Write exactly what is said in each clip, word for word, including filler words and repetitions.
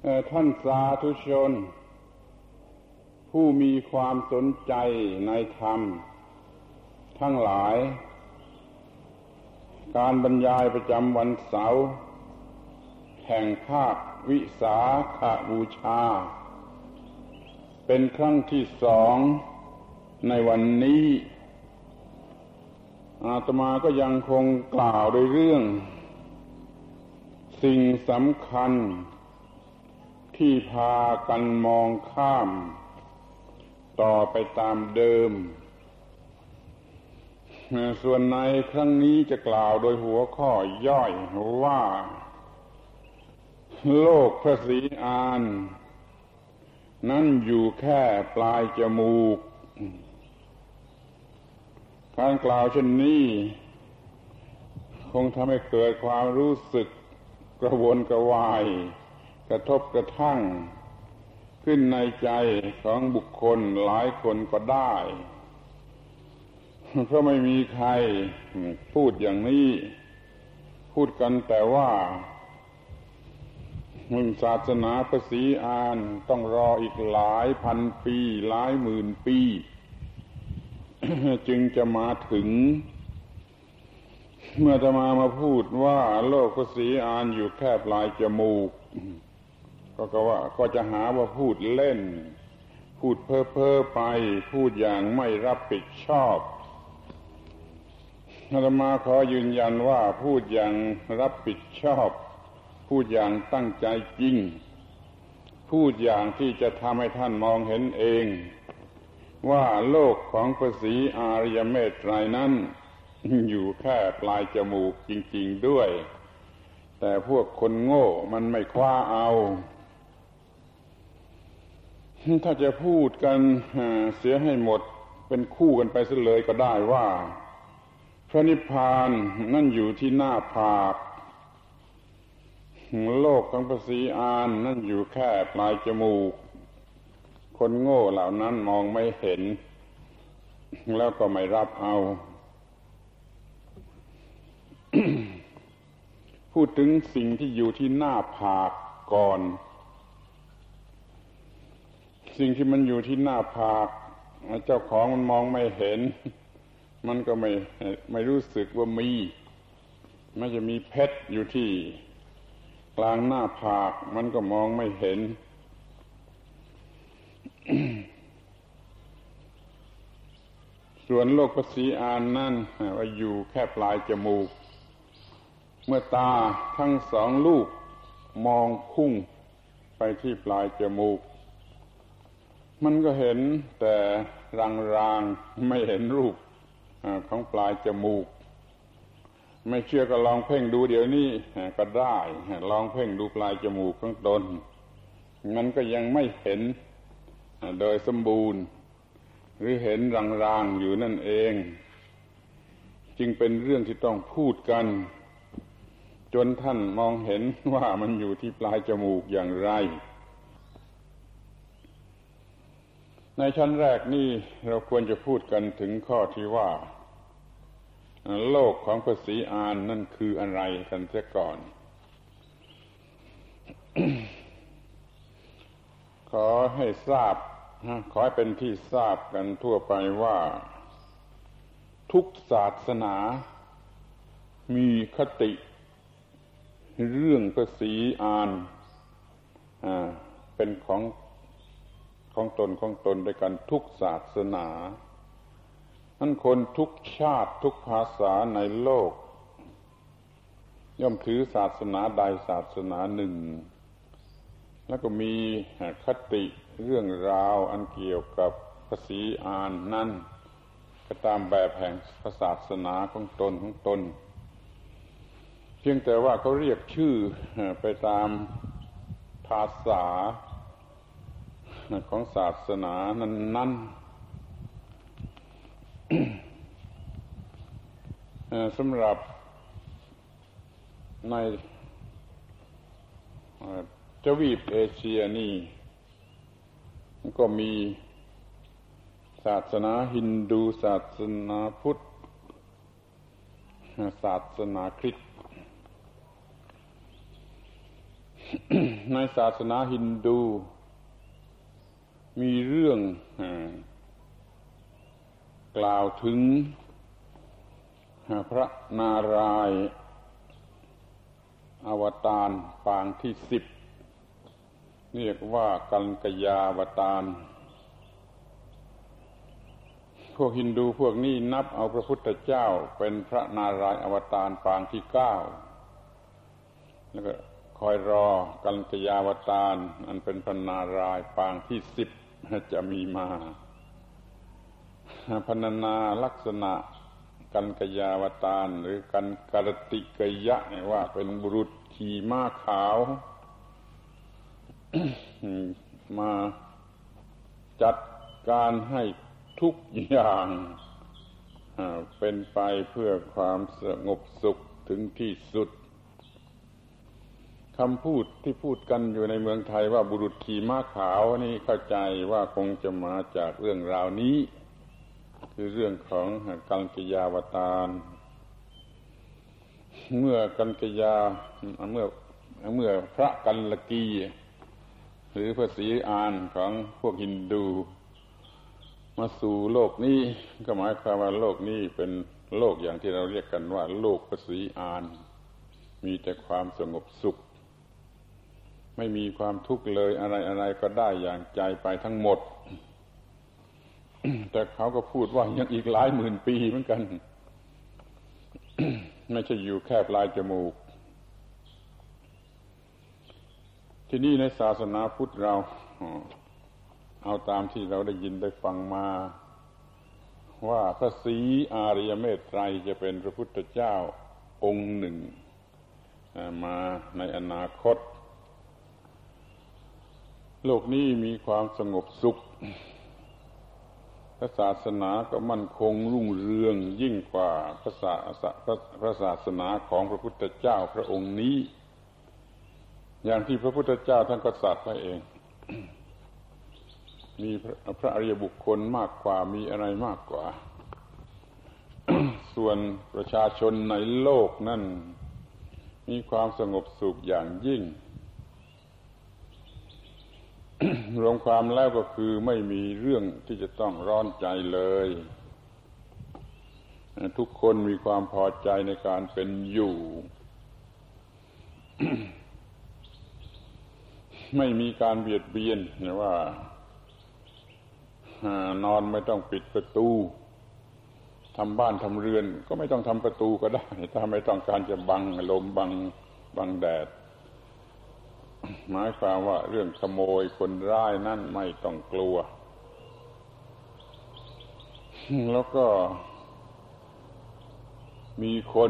ท่านสาธุชนผู้มีความสนใจในธรรมทั้งหลายการบรรยายประจำวันเสาร์แห่งภาควิสาขบูชาเป็นครั้งที่สองในวันนี้อาตมาก็ยังคงกล่าวโดยเรื่องสิ่งสำคัญที่พากันมองข้ามต่อไปตามเดิมส่วนในครั้งนี้จะกล่าวโดยหัวข้อย่อยว่าโลกพระศรีอานนั้นอยู่แค่ปลายจมูกการกล่าวเช่นนี้คงทำให้เกิดความรู้สึกกระวนกระวายกระทบกระทั่งขึ้นในใจของบุคคลหลายคนก็ได้เพราะไม่มีใครพูดอย่างนี้พูดกันแต่ว่าศาสนาพระศรีอานต้องรออีกหลายพันปีหลายหมื่นปีจึงจะมาถึงเมื่ออาตมามาพูดว่าโลกพระศรีอานอยู่แค่ปลายจมูกก็ก็ว่าก็จะหาว่าพูดเล่นพูดเพ้อเพ้อไปพูดอย่างไม่รับผิดชอบอาตมาขอยืนยันว่าพูดอย่างรับผิดชอบพูดอย่างตั้งใจจริงพูดอย่างที่จะทำให้ท่านมองเห็นเองว่าโลกของพระศรีอริยเมตไตรนั้นอยู่แค่ปลายจมูกจริงๆด้วยแต่พวกคนโง่มันไม่คว้าเอาถ้าจะพูดกันเสียให้หมดเป็นคู่กันไปซะเลยก็ได้ว่าพระนิพพานนั่นอยู่ที่หน้าผากโลกของพระศรีอานนั่นอยู่แค่ปลายจมูกคนโง่เหล่านั้นมองไม่เห็นแล้วก็ไม่รับเอา พูดถึงสิ่งที่อยู่ที่หน้าผากก่อนสิ่งที่มันอยู่ที่หน้าผากเจ้าของมันมองไม่เห็นมันก็ไม่ไม่รู้สึกว่ามีมันจะมีเพชรอยู่ที่กลางหน้าผากมันก็มองไม่เห็น ส่วนโลกพระศรีอานนั่นว่าอยู่แค่ปลายจมูกเมื่อตาทั้งสองลูกมองพุ่งไปที่ปลายจมูกมันก็เห็นแต่รางๆไม่เห็นรูปของปลายจมูกไม่เชื่อก็ลองเพ่งดูเดี๋ยวนี้ก็ได้ลองเพ่งดูปลายจมูกของตนมันก็ยังไม่เห็นโดยสมบูรณ์หรือเห็นรางๆอยู่นั่นเองจึงเป็นเรื่องที่ต้องพูดกันจนท่านมองเห็นว่ามันอยู่ที่ปลายจมูกอย่างไรในชั้นแรกนี่เราควรจะพูดกันถึงข้อที่ว่าโลกของพระศรีอานนั่นคืออะไรกันเสียก่อน ขอให้ทราบขอให้เป็นที่ทราบกันทั่วไปว่าทุกศาสนามีคติเรื่องพระศรีอานอ่าเป็นของของตนของตนด้วยกันทุกศาสนาท่านคนทุกชาติทุกภาษาในโลกย่อมถือศาสนาใดศาสนาหนึ่งแล้วก็มีคติเรื่องราวอันเกี่ยวกับพระศรีอานนั้นก็ตามแบบแห่งศาสนาของตนของตนเพียงแต่ว่าเขาเรียกชื่อไปตามภาษาของศาสนานั้นๆ สำหรับในทวีปเอเชียนี่ก็มีศาสนาฮินดูศาสนาพุทธศาสนาคริสต์ในศาสนาฮินดูมีเรื่องกล่าวถึงพระนารายณ์อวตารปางที่สิบเรียกว่ากัลกยาวตารพวกฮินดูพวกนี้นับเอาพระพุทธเจ้าเป็นพระนารายณ์อวตารปางที่เก้าแล้วก็คอยรอกัลกยาวตารอันเป็นพระนารายณ์ปางที่สิบจะมีมาพรรณนาลักษณะกัลกยาวตารหรือกันกรติกยะว่าเป็นบุรุษขี่ม้าขาว มาจัดการให้ทุกอย่างเป็นไปเพื่อความสงบสุขถึงที่สุดคำพูดที่พูดกันอยู่ในเมืองไทยว่าบุรุษขี่ม้าขาวนี่เข้าใจว่าคงจะมาจากเรื่องราวนี้คือเรื่องของกัลกยาวตารเมื่อกัลกยาเมื่อเมื่อพระกัลกีหรือพระศรีอานของพวกฮินดูมาสู่โลกนี้ก็หมายความว่าโลกนี้เป็นโลกอย่างที่เราเรียกกันว่าโลกพระศรีอานมีแต่ความสงบสุขไม่มีความทุกข์เลยอะไรๆก็ได้อย่างใจไปทั้งหมด แต่เขาก็พูดว่ายังอีกหลายหมื่นปีเหมือนกัน ไม่ใช่อยู่แค่ปลายจมูกที่นี่ในศาสนาพุทธเราเอาตามที่เราได้ยินได้ฟังมาว่าพระศรีอริยเมตไตรจะเป็นพระพุทธเจ้าองค์หนึ่งมาในอนาคตโลกนี้มีความสงบสุขพระศาสนาก็มั่นคงรุ่งเรืองยิ่งกว่าพระศาสพระศาสนาของพระพุทธเจ้าพระองค์นี้อย่างที่พระพุทธเจ้าท่านก็ตรัสไว้เอง มีพระอริยบุคคลมากกว่ามีอะไรมากกว่า ส่วนประชาชนในโลกนั้นมีความสงบสุขอย่างยิ่ง รวมความแล้วก็คือไม่มีเรื่องที่จะต้องร้อนใจเลยทุกคนมีความพอใจในการเป็นอยู่ ไม่มีการเบียดเบียนนะว่านอนไม่ต้องปิดประตูทำบ้านทำเรือนก็ไม่ต้องทำประตูก็ได้ถ้าไม่ต้องการจะบังลมบังบังแดดหมายความว่าเรื่องขโมยคนร้ายนั่นไม่ต้องกลัวแล้วก็มีคน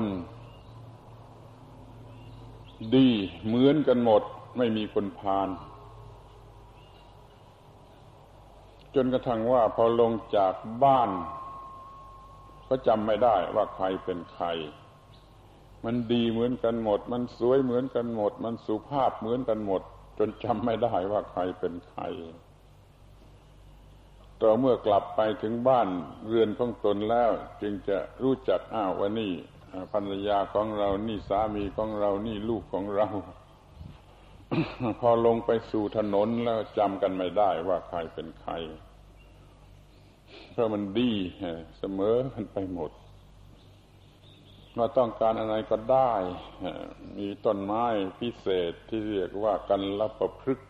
ดีเหมือนกันหมดไม่มีคนพาลจนกระทั่งว่าพอลงจากบ้านก็จำไม่ได้ว่าใครเป็นใครมันดีเหมือนกันหมดมันสวยเหมือนกันหมดมันสุภาพเหมือนกันหมดจนจำไม่ได้ว่าใครเป็นใครต่อเมื่อกลับไปถึงบ้านเรือนของตนแล้วจึงจะรู้จักอ้าวว่านี่ภรรยาของเรานี่สามีของเรานี่ลูกของเรา พอลงไปสู่ถนนแล้วจำกันไม่ได้ว่าใครเป็นใครเพราะมันดีเสมอกันไปหมดเราต้องการอะไรก็ได้มีต้นไม้พิเศษที่เรียกว่ากัลปพฤกษ์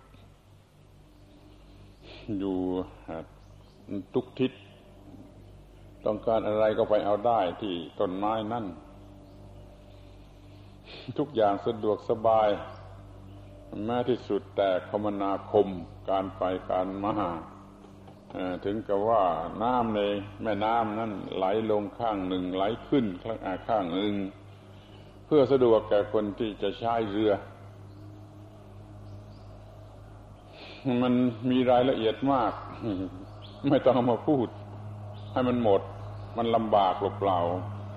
อยู่ทุกทิศต้องการอะไรก็ไปเอาได้ที่ต้นไม้นั่นทุกอย่างสะดวกสบายแม้ที่สุดแต่คมนาคมการไปการมาถึงกับว่าน้ำในแม่น้ำนั้นไหลลงข้างหนึ่งไหลขึ้นข้างหนึ่งเพื่อสะดวกแก่คนที่จะใช้เรือมันมีรายละเอียดมากไม่ต้องเอามาพูดให้มันหมดมันลำบากเปล่า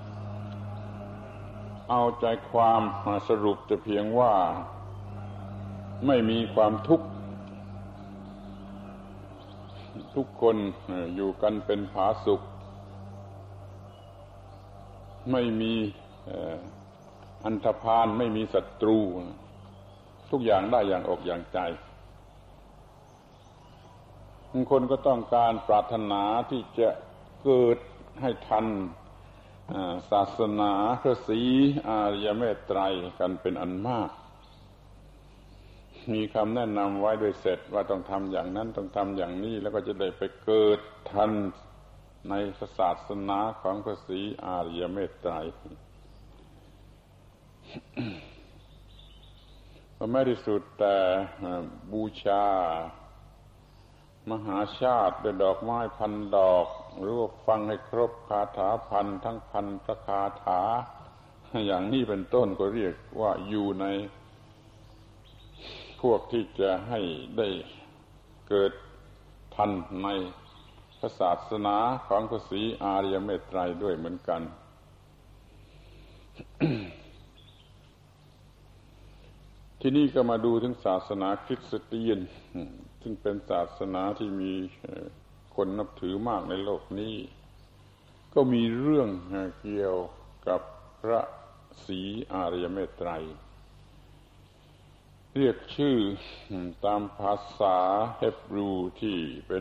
ๆเอาใจความมาสรุปจะเพียงว่าไม่มีความทุกข์ทุกคนอยู่กันเป็นผาสุกไม่มีอันธพาลไม่มีศัตรูทุกอย่างได้อย่างอกอย่างใจบางคนก็ต้องการปรารถนาที่จะเกิดให้ทันศาสนาพระศรีอริยเมตไตรกันเป็นอันมากมีคำแนะนำไว้โดยเสร็จว่าต้องทำอย่างนั้นต้องทำอย่างนี้แล้วก็จะได้ไปเกิดทันในศาสนาของพระศรีอริยเมตไตรก็ไม่ได้สุดแต่บูชามหาชาติด้วยดอกไม้พันดอกหรือว่าฟังให้ครบคาถาพันทั้งพันพระคาถาอย่างนี้เป็นต้นก็เรียกว่าอยู่ในพวกที่จะให้ได้เกิดทันในพระศาสนาของพระศรีอริยเมตไตรด้วยเหมือนกัน ที่นี่ก็มาดูถึงศาสนาคริสเตียนซึ่งเป็นศาสนาที่มีคนนับถือมากในโลกนี้ก็มีเรื่องเกี่ยวกับพระศรีอริยเมตไตรเรียกชื่อตามภาษาเฮบรูที่เป็น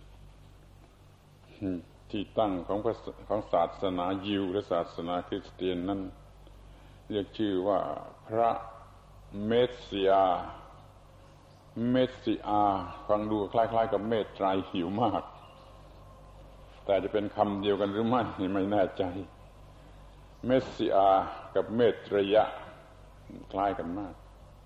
ที่ตั้งของของศาสนายิวและศาสนาคริสเตียนนั้นเรียกชื่อว่าพระเมสสิยาเมสสิอาฟังดูคล้ายๆกับเมตไตรหิวมากแต่จะเป็นคำเดียวกันหรือไม่ไม่แน่ใจเมสสิอากับเมตรยะคล้ายกันมาก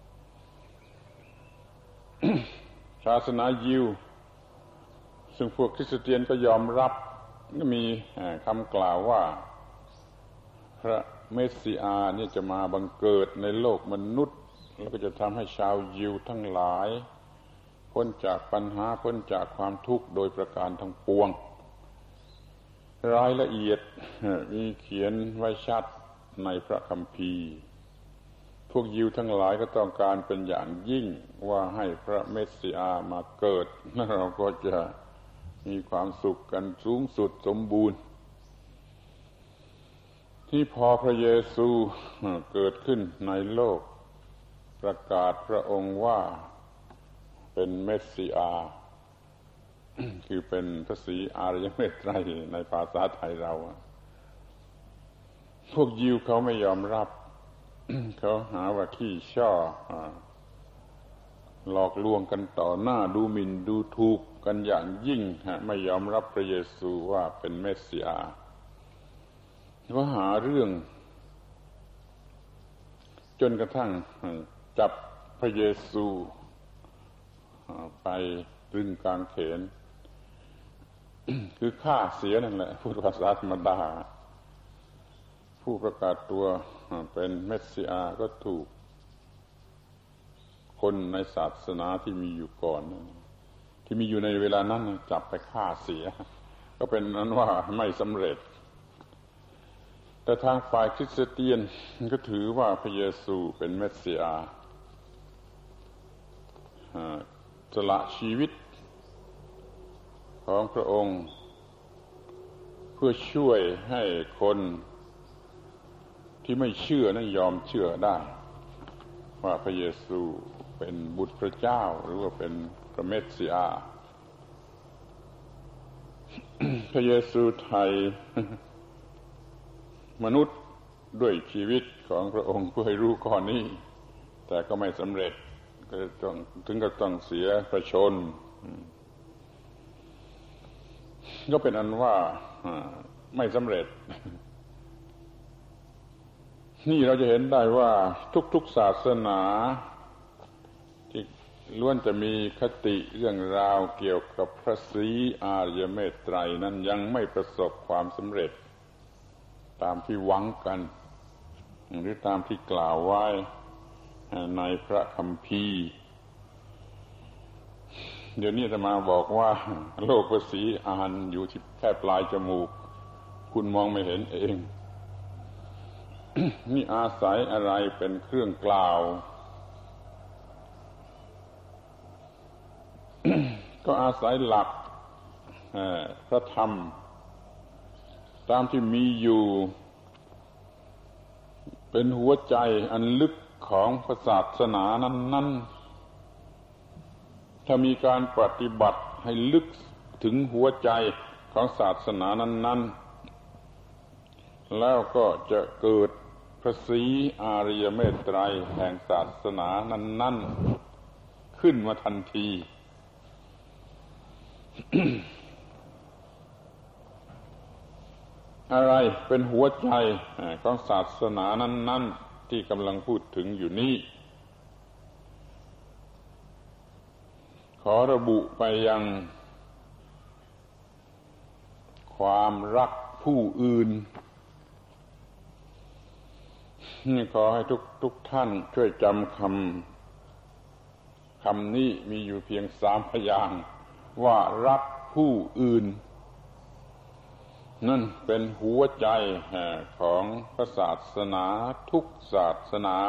ศาสนายิวซึ่งพวกคริสเตียนก็ยอมรับก็มีคำกล่าวว่าพระเมสสิอานี่จะมาบังเกิดในโลกมนุษย์แล้วก็จะทำให้ชาวยิวทั้งหลายพ้นจากปัญหาพ้นจากความทุกข์โดยประการทั้งปวงรายละเอียดมีเขียนไว้ชัดในพระคัมภีร์พวกยิวทั้งหลายก็ต้องการเป็นอย่างยิ่งว่าให้พระเมสสิอามาเกิดแล้วเราก็จะมีความสุขกันสูงสุดสมบูรณ์ที่พอพระเยซูเกิดขึ้นในโลกประกาศพระองค์ว่าเป็นเมสสิอาคือเป็นพระศรีอริยเมตไตรในภาษาไทยเราพวกยิวเขาไม่ยอมรับเขาหาว่าขี้ช่อหลอกลวงกันต่อหน้าดูหมิ่นดูถูกกันอย่างยิ่งไม่ยอมรับพระเยซูว่าเป็นเมสสิอาก็หาเรื่องจนกระทั่งจับพระเยซูไปตรึงกางเขนคือฆ่าเสียนั่นแหละพูดภาษาธรรมดาผู้ประกาศตัวเป็นเมสสิอาก็ถูกคนในศาสนาที่มีอยู่ก่อนที่มีอยู่ในเวลานั้นจับไปฆ่าเสียก็เป็นนั้นว่าไม่สำเร็จแต่ทางฝ่ายคริสเตียนก็ถือว่าพระเยซูเป็นเมสสิอาสละชีวิตของพระองค์เพื่อช่วยให้คนที่ไม่เชื่อนั้นยอมเชื่อได้ว่าพระเยซูเป็นบุตรพระเจ้าหรือว่าเป็นพระเมสสิอา พระเยซูไทยมนุษย์ด้วยชีวิตของพระองค์เพื่อให้รู้ข้อนี้แต่ก็ไม่สำเร็จก็ต้องถึงกับต้องเสียพระชนก็เป็นอันว่าไม่สำเร็จนี่เราจะเห็นได้ว่าทุกๆศาสนาที่ล้วนจะมีคติเรื่องราวเกี่ยวกับพระศรีอริยเมตไตรนั้นยังไม่ประสบความสำเร็จตามที่หวังกันหรือตามที่กล่าวไว้ในพระคัมภีร์เดี๋ยวนี้จะมาบอกว่าโลกพระศรีอานอยู่ที่แค่ปลายจมูกคุณมองไม่เห็นเอง นี่อาศัยอะไรเป็นเครื่องกล่าว ก็อาศัยหลักพระธรรมตามที่มีอยู่เป็นหัวใจอันลึกของศาสนานั้นๆถ้ามีการปฏิบัติให้ลึกถึงหัวใจของศาสนานั้นๆแล้วก็จะเกิดพระศรีอริยเมตไตรแห่งศาสนานั้นๆขึ้นมาทันที อะไรเป็นหัวใจของศาสนานั้นๆที่กำลังพูดถึงอยู่นี้ขอระบุไปยังความรักผู้อื่นนี่ขอให้ทุกทุกท่านช่วยจำคำคำนี้มีอยู่เพียงสามพยางค์ว่ารักผู้อื่นนั่นเป็นหัวใจของพระศาสนาทุกศาสนา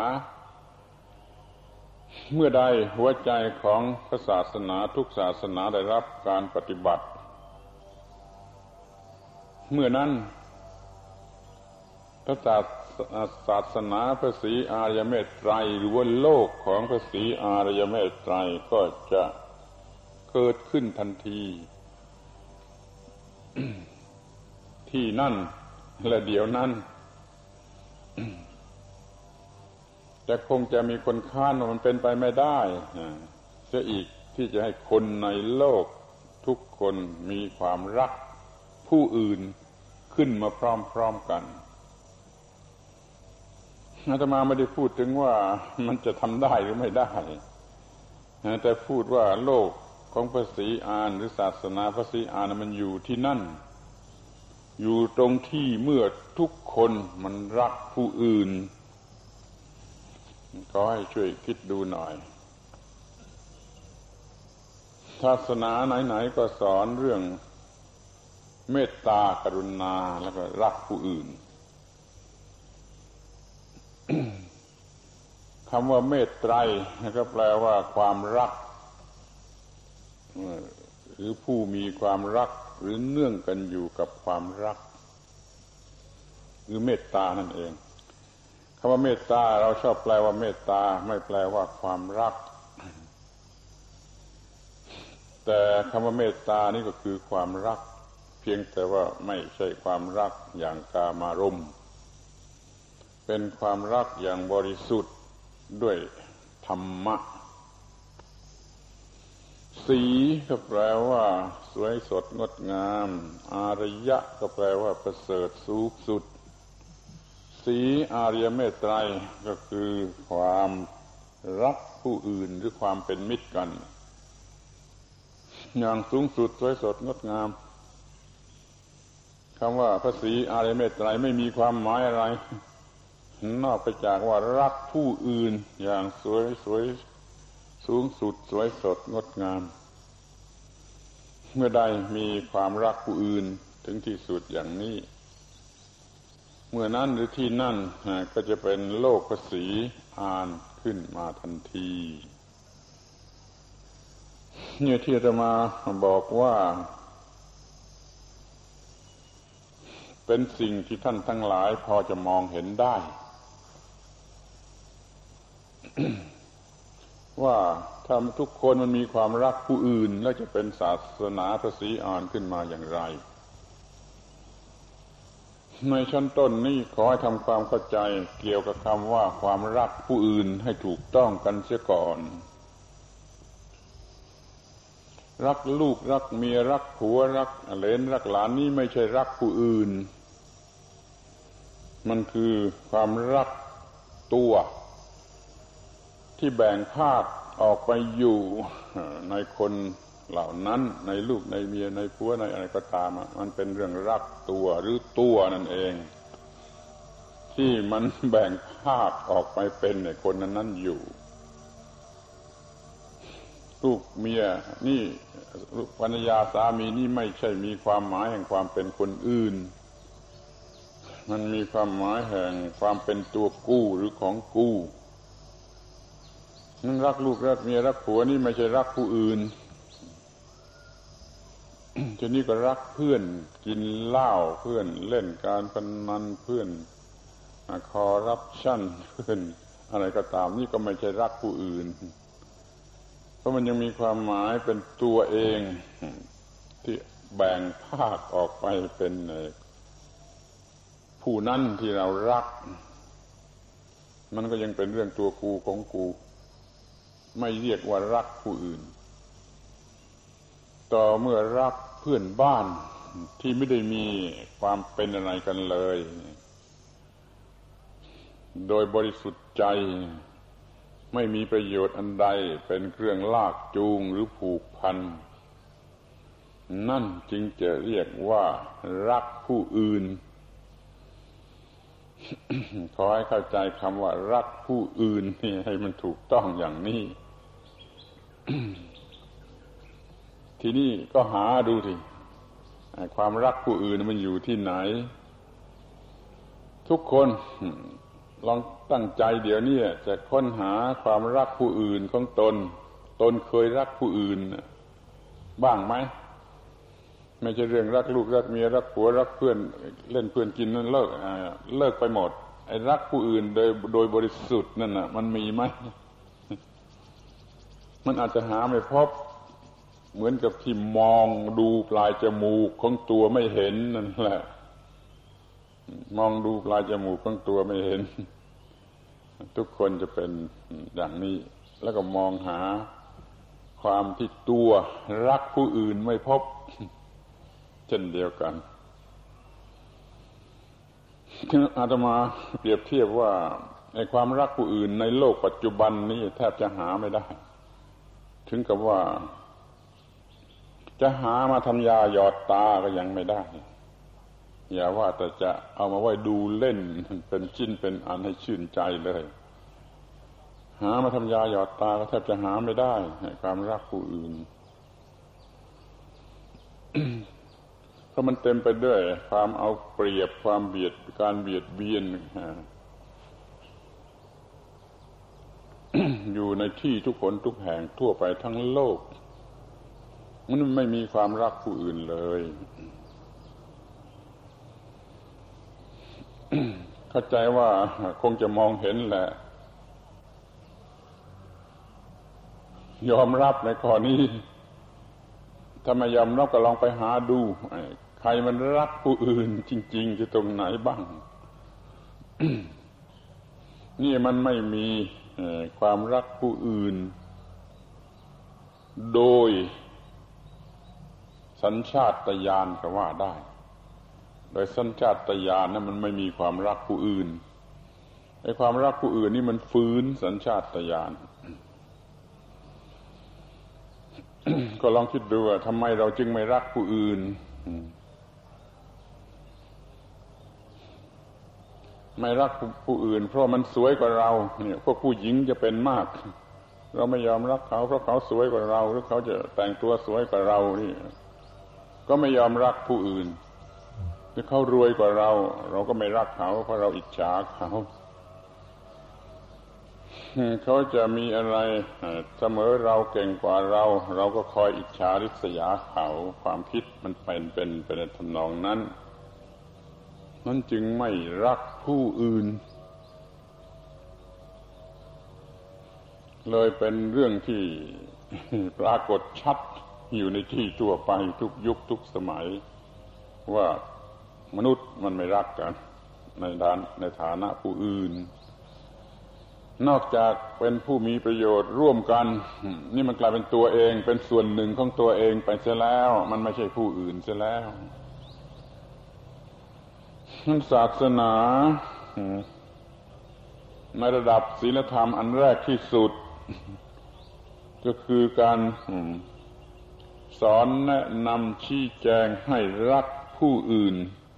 เมื่อใดหัวใจของพระศาสนาทุกศาสนาได้รับการปฏิบัติเมื่อนั้นพระศาสนาพระศรีอริยเมตไตรหรือว่าโลกของพระศรีอริยเมตไตรก็จะเกิดขึ้นทันที ที่นั่นและเดี๋ยวนั้นแต่คงจะมีคนค้านว่ามันเป็นไปไม่ได้เสียอีกที่จะให้คนในโลกทุกคนมีความรักผู้อื่นขึ้นมาพร้อมๆกันอาตมาไม่ได้พูดถึงว่ามันจะทำได้หรือไม่ได้แต่พูดว่าโลกของพระศรีอานหรือศาสนาพระศรีอานมันอยู่ที่นั่นอยู่ตรงที่เมื่อทุกคนมันรักผู้อื่นขอให้ช่วยคิดดูหน่อยศาสนาไหนๆก็สอนเรื่องเมตตากรุณาแล้วก็รักผู้อื่น คำว่าเมตไตรก็แปลว่าความรักหรือผู้มีความรักหรือเนื่องกันอยู่กับความรักหรือเมตตานั่นเองคำว่าเมตตาเราชอบแปลว่าเมตตาไม่แปลว่าความรักแต่คำว่าเมตตานี่ก็คือความรักเพียงแต่ว่าไม่ใช่ความรักอย่างกามารมณ์เป็นความรักอย่างบริสุทธิ์ด้วยธรรมะสีก็แปลว่าสวยสดงดงามอารยะก็แปลว่าประเสริฐสูงสุดสีอริยเมตไตรก็คือความรักผู้อื่นหรือความเป็นมิตรกันอย่างสูงสุดสวยสดงดงามคำว่าพระศรีอริยเมตไตรไม่มีความหมายอะไรนอกไปจากว่ารักผู้อื่นอย่างสวยสวยสูงสุดสวยสดงดงามเมื่อใดมีความรักผู้อื่นถึงที่สุดอย่างนี้เมื่อนั้นหรือที่นั่นก็จะเป็นโลกพระศรีอานขึ้นมาทันทีเนี่ยที่จะมาบอกว่าเป็นสิ่งที่ท่านทั้งหลายพอจะมองเห็นได้ ว่าถ้าทุกคนมันมีความรักผู้อื่นแล้วจะเป็นศาสนาพระศรีอานขึ้นมาอย่างไรในชั้นต้นนี้ขอให้ทำความเข้าใจเกี่ยวกับคำว่าความรักผู้อื่นให้ถูกต้องกันเสียก่อนรักลูกรักเมียรักผัวรักเหลนรักหลานนี่ไม่ใช่รักผู้อื่นมันคือความรักตัวที่แบ่งภาคออกไปอยู่ในคนเหล่านั้นในลูกในเมียในผัวในอะไรก็ตามมันเป็นเรื่องรักตัวหรือตัวนั่นเองที่มันแบ่งภาคออกไปเป็นในคนนั้นๆอยู่ลูกเมียนี่ภรรยาสามีนี่ไม่ใช่มีความหมายแห่งความเป็นคนอื่นมันมีความหมายแห่งความเป็นตัวกู้หรือของกู้นั่นรักลูกรักเมียรักผัวนี่ไม่ใช่รักผู้อื่น ทีนี้ก็รักเพื่อนกินเหล้าเพื่อนเล่นการพนันเพื่อนคอร์รัปชันเพื่อนอะไรก็ตามนี่ก็ไม่ใช่รักผู้อื่นเพราะมันยังมีความหมายเป็นตัวเองที่แบ่งภาคออกไปเป็นผู้นั้นที่เรารักมันก็ยังเป็นเรื่องตัวกูของกูไม่เรียกว่ารักผู้อื่นต่อเมื่อรักเพื่อนบ้านที่ไม่ได้มีความเป็นอะไรกันเลยโดยบริสุทธิ์ใจไม่มีประโยชน์อันใดเป็นเครื่องลากจูงหรือผูกพันนั่นจึงจะเรียกว่ารักผู้อื่น ขอให้เข้าใจคำว่ารักผู้อื่นนี่ให้มันถูกต้องอย่างนี้ ทีนี้ก็หาดูสิความรักผู้อื่นมันอยู่ที่ไหนทุกคนลองตั้งใจเดี๋ยวนี้จะค้นหาความรักผู้อื่นของตนตนเคยรักผู้อื่นบ้างไหมไม่ใช่เรื่องรักลูกรักเมียรักผัวรักเพื่อนเล่นเพื่อนกินนั่นเลิกเลิกไปหมดไอ้รักผู้อื่นโดยโดยบริสุทธิ์นั่นน่ะมันมีไหมมันอาจจะหาไม่พบเหมือนกับที่มองดูปลายจมูกของตัวไม่เห็นนั่นแหละมองดูปลายจมูกของตัวไม่เห็นทุกคนจะเป็นอย่างนี้แล้วก็มองหาความที่ตัวรักผู้อื่นไม่พบเช่นเดียวกันอาตมาเปรียบเทียบว่าไอ้ความรักผู้อื่นในโลกปัจจุบันนี้แทบจะหาไม่ได้ถึงกับว่าจะหามาทำยาหยอดตาก็ยังไม่ได้อย่าว่าแต่จะเอามาไว้ดูเล่นเป็นชิ้นเป็นอันให้ชื่นใจเลยหามาทำยาหยอดตาก็แทบจะหาไม่ได้ความรักผู้อื่น เพราะมันเต็มไปด้วยความเอาเปรียบความเบียดการเบียดเบียน อยู่ในที่ทุกคนทุกแห่งทั่วไปทั้งโลกมันไม่มีความรักผู้อื่นเลยเข้าใจว่าคงจะมองเห็นแหละยอมรับในข้อนี้ถ้าไม่ยอมรับก็ลองไปหาดูใครมันรักผู้อื่นจริงๆที่ตรงไหนบ้าง นี่มันไม่มีความรักผู้อื่นโดยสัญชาตญาณก็ว่าได้โดยสัญชาตญาณนั้นมันไม่มีความรักผู้อื่นไอ้ความรักผู้อื่นนี่มันฝืนสัญชาตญาณ ก็ลองคิดดูว่าทำไมเราจึงไม่รักผู้อื่นไม่รักผู้อื่นเพราะมันสวยกว่าเราเนี่ยพวกผู้หญิงจะเป็นมากเราไม่ยอมรักเขาเพราะเขาสวยกว่าเราหรือเขาจะแต่งตัวสวยกว่าเรานี่ก็ไม่ยอมรักผู้อื่นหรือเขารวยกว่าเราเราก็ไม่รักเขาเพราะเราอิจฉาเขาเขาจะมีอะไรเสมอเราเก่งกว่าเราเราก็คอยอิจฉาริษยาเขาความคิดมันเป็นเป็นเป็นในทำนองนั้นนั่นจึงไม่รักผู้อื่นเลยเป็นเรื่องที่ปรากฏชัดอยู่ในที่ทั่วไปทุกยุคทุกสมัยว่ามนุษย์มันไม่รักกันในด้านในฐานะผู้อื่นนอกจากเป็นผู้มีประโยชน์ร่วมกันนี่มันกลายเป็นตัวเองเป็นส่วนหนึ่งของตัวเองไปเสียแล้วมันไม่ใช่ผู้อื่นเสียแล้วศาสนาในระดับศีลธรรมอันแรกที่สุดก็คือการสอนแนะนำชี้แจงให้รักผู้อื่น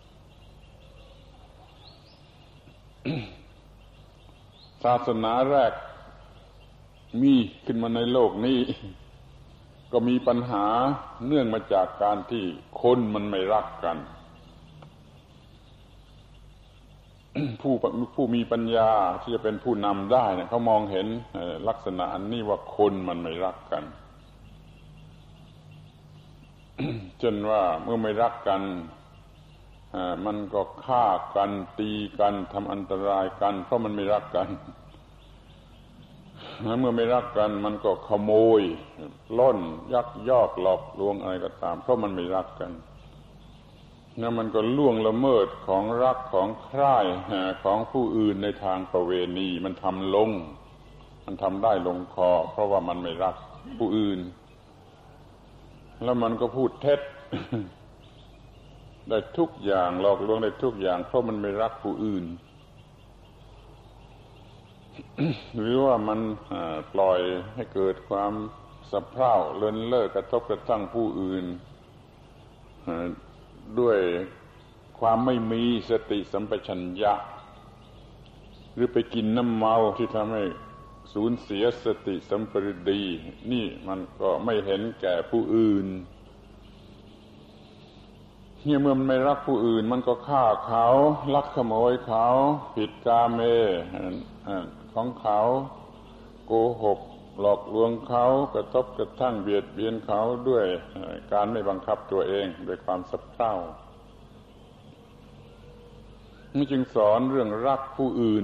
ศาสนาแรกมีขึ้นมาในโลกนี้ก็มีปัญหาเนื่องมาจากการที่คนมันไม่รักกัน ผู้ผู้มีปัญญาที่จะเป็นผู้นำได้เนี่ยเขามองเห็นลักษณะอันนี้ว่าคนมันไม่รักกัน จนว่าเมื่อไม่รักกันมันก็ฆ่ากันตีกันทำอันตรายกันเพราะมันไม่รักกันเมื่อไม่รักกันมันก็ขโมยปล้นยักยอกหลอกลวงอะไรก็ตามเพราะมันไม่รักกันแล้วมันก็ล่วงละเมิดของรักของใคร่ของผู้อื่นในทางประเวณีมันทำลงมันทำได้ลงคอเพราะว่ามันไม่รักผู้อื่นแล้วมันก็พูดเท็จ ได้ทุกอย่างหลอกลวงได้ทุกอย่างเพราะมันไม่รักผู้อื่น หรือว่ามันปล่อยให้เกิดความสะเพร่าเลินเล่อกระทบกระทั่งผู้อื่นด้วยความไม่มีสติสัมปชัญญะหรือไปกินน้ำเมาที่ทำให้สูญเสียสติสัมปชัญญะนี่มันก็ไม่เห็นแก่ผู้อื่นเนี่ยเมื่อมันไม่รักผู้อื่นมันก็ฆ่าเขาลักขโมยเขาผิดกาเมของเขาโกหกหลอกลวงเขากระทบกระทั่งเบียดเบียนเขาด้วยการไม่บังคับตัวเองด้วยความสะเพร่านี่จึงสอนเรื่องรักผู้อื่น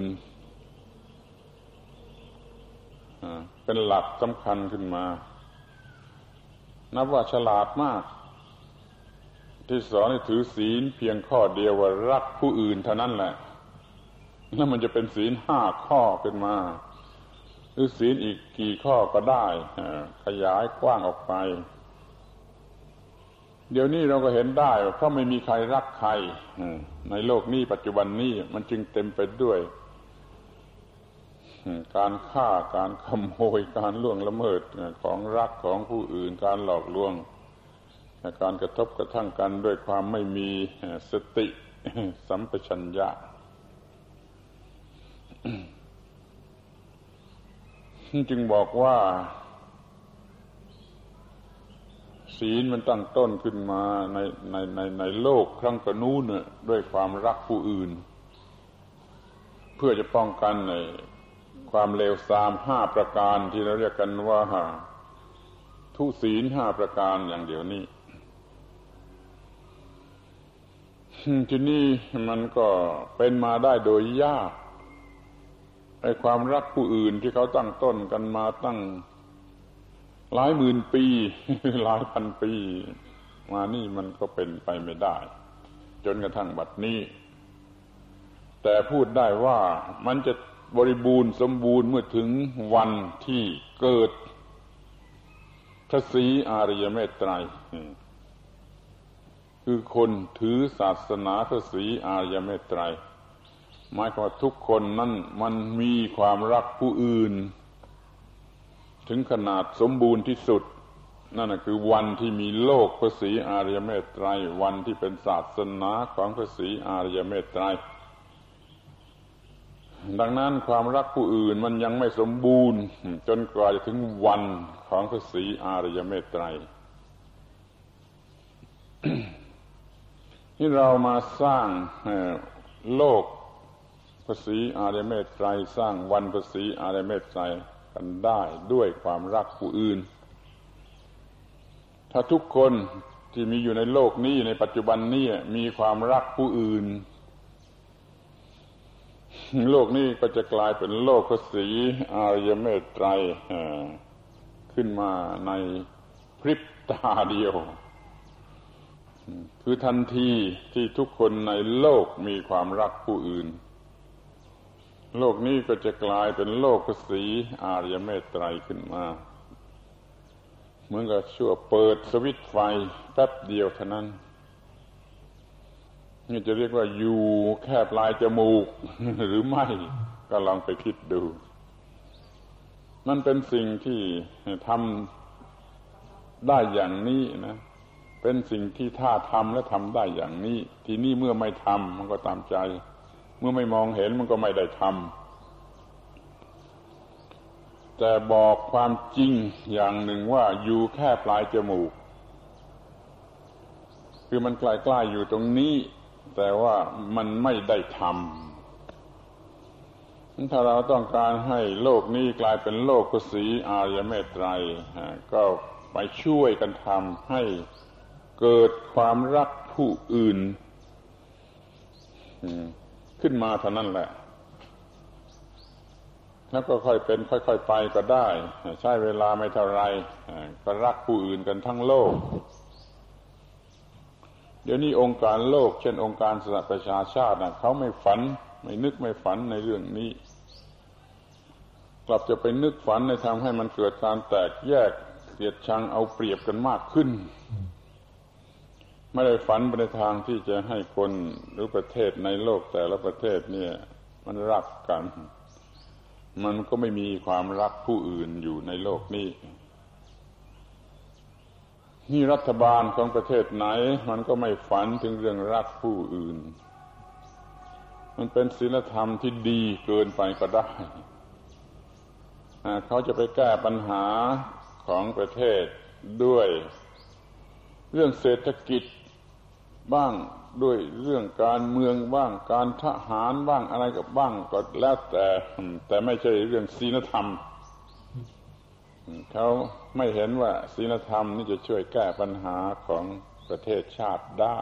เป็นหลักสำคัญขึ้นมานับว่าฉลาดมากที่สอนให้ถือศีลเพียงข้อเดียวว่ารักผู้อื่นเท่านั้นแหละแล้วมันจะเป็นศีลห้าข้อขึ้นมาหรือศีลอีกกี่ข้อก็ได้ขยายกว้างออกไปเดี๋ยวนี้เราก็เห็นได้เพราะไม่มีใครรักใครในโลกนี้ปัจจุบันนี้มันจึงเต็มไปด้วยการฆ่าการขโมยการล่วงละเมิดของรักของผู้อื่นการหลอกลวงการกระทบกระทั่งกันด้วยความไม่มีสติสัมปชัญญะจึงบอกว่าศีลมันตั้งต้นขึ้นมาในในในในโลกครั้งกระนู้นด้วยความรักผู้อื่นเพื่อจะป้องกันในความเลวทรามห้าประการที่เราเรียกกันว่าทุศีลห้าประการอย่างเดียวนี้ที่นี่มันก็เป็นมาได้โดยยากไอ้ความรักผู้อื่นที่เขาตั้งต้นกันมาตั้งหลายหมื่นปีหลายพันปีมานี่มันก็เป็นไปไม่ได้จนกระทั่งบัดนี้แต่พูดได้ว่ามันจะบริบูรณ์สมบูรณ์เมื่อถึงวันที่เกิดพระศรีอริยเมตไตรคือคนถือศาสนาพระศรีอริยเมตไตรหมายความว่าทุกคนนั้นมันมีความรักผู้อื่นถึงขนาดสมบูรณ์ที่สุดนั่นคือวันที่มีโลกพระศรีอริยเมตไตรวันที่เป็นศาสนาของพระศรีอริยเมตไตรดังนั้นความรักผู้อื่นมันยังไม่สมบูรณ์จนกว่าจะถึงวันของพระศรีอริยเมตไตร ที่เรามาสร้างโลกพระศรีอริยเมตไตรสร้างวันพระศรีอริยเมตไตรกันได้ด้วยความรักผู้อื่นถ้าทุกคนที่มีอยู่ในโลกนี้ในปัจจุบันนี้มีความรักผู้อื่นโลกนี้ก็จะกลายเป็นโลกพระศรีอริยเมตไตรขึ้นมาในพริบตาเดียวคือทันทีที่ทุกคนในโลกมีความรักผู้อื่นโลกนี้ก็จะกลายเป็นโลกพระศรีอริยเมตไตรขึ้นมาเหมือนกับชั่วเปิดสวิตช์ไฟแป๊บเดียวเท่านั้นนี่จะเรียกว่าอยู่แค่ปลายจมูกหรือไม่ก็ลองไปคิดดูมันเป็นสิ่งที่ทำได้อย่างนี้นะเป็นสิ่งที่ถ้าทำและทำได้อย่างนี้ทีนี้เมื่อไม่ทำมันก็ตามใจเมื่อไม่มองเห็นมันก็ไม่ได้ทำแต่บอกความจริงอย่างหนึ่งว่าอยู่แค่ปลายจมูกคือมันใกล้ๆอยู่ตรงนี้แต่ว่ามันไม่ได้ทำถ้าเราต้องการให้โลกนี้กลายเป็นโลกพระศรีอริยเมตไตรก็ไปช่วยกันทำให้เกิดความรักผู้อื่นขึ้นมาเท่านั้นแหละแล้วก็ค่อยเป็นค่อยๆไปก็ได้ใช้เวลาไม่เท่าไรก็รักผู้อื่นกันทั้งโลกเดี๋ยวนี้องค์การโลกเช่นองค์การสหประชาชาตินะเขาไม่ฝันไม่นึกไม่ฝันในเรื่องนี้กลับจะไปนึกฝันในทำให้มันเกิดการแตกแยกเกลียดชังเอาเปรียบกันมากขึ้นไม่ได้ฝันไปในทางที่จะให้คนหรือประเทศในโลกแต่ละประเทศเนี่ยมันรักกันมันก็ไม่มีความรักผู้อื่นอยู่ในโลกนี้นี่รัฐบาลของประเทศไหนมันก็ไม่ฝันถึงเรื่องรักผู้อื่นมันเป็นศีลธรรมที่ดีเกินไปก็ได้เขาจะไปแก้ปัญหาของประเทศด้วยเรื่องเศรษฐกิจบ้างด้วยเรื่องการเมืองบ้างการทหารบ้างอะไรกับบ้างก็แล้วแต่แต่ไม่ใช่เรื่องศีลธรรมเขาไม่เห็นว่าศีลธรรมนี่จะช่วยแก้ปัญหาของประเทศชาติได้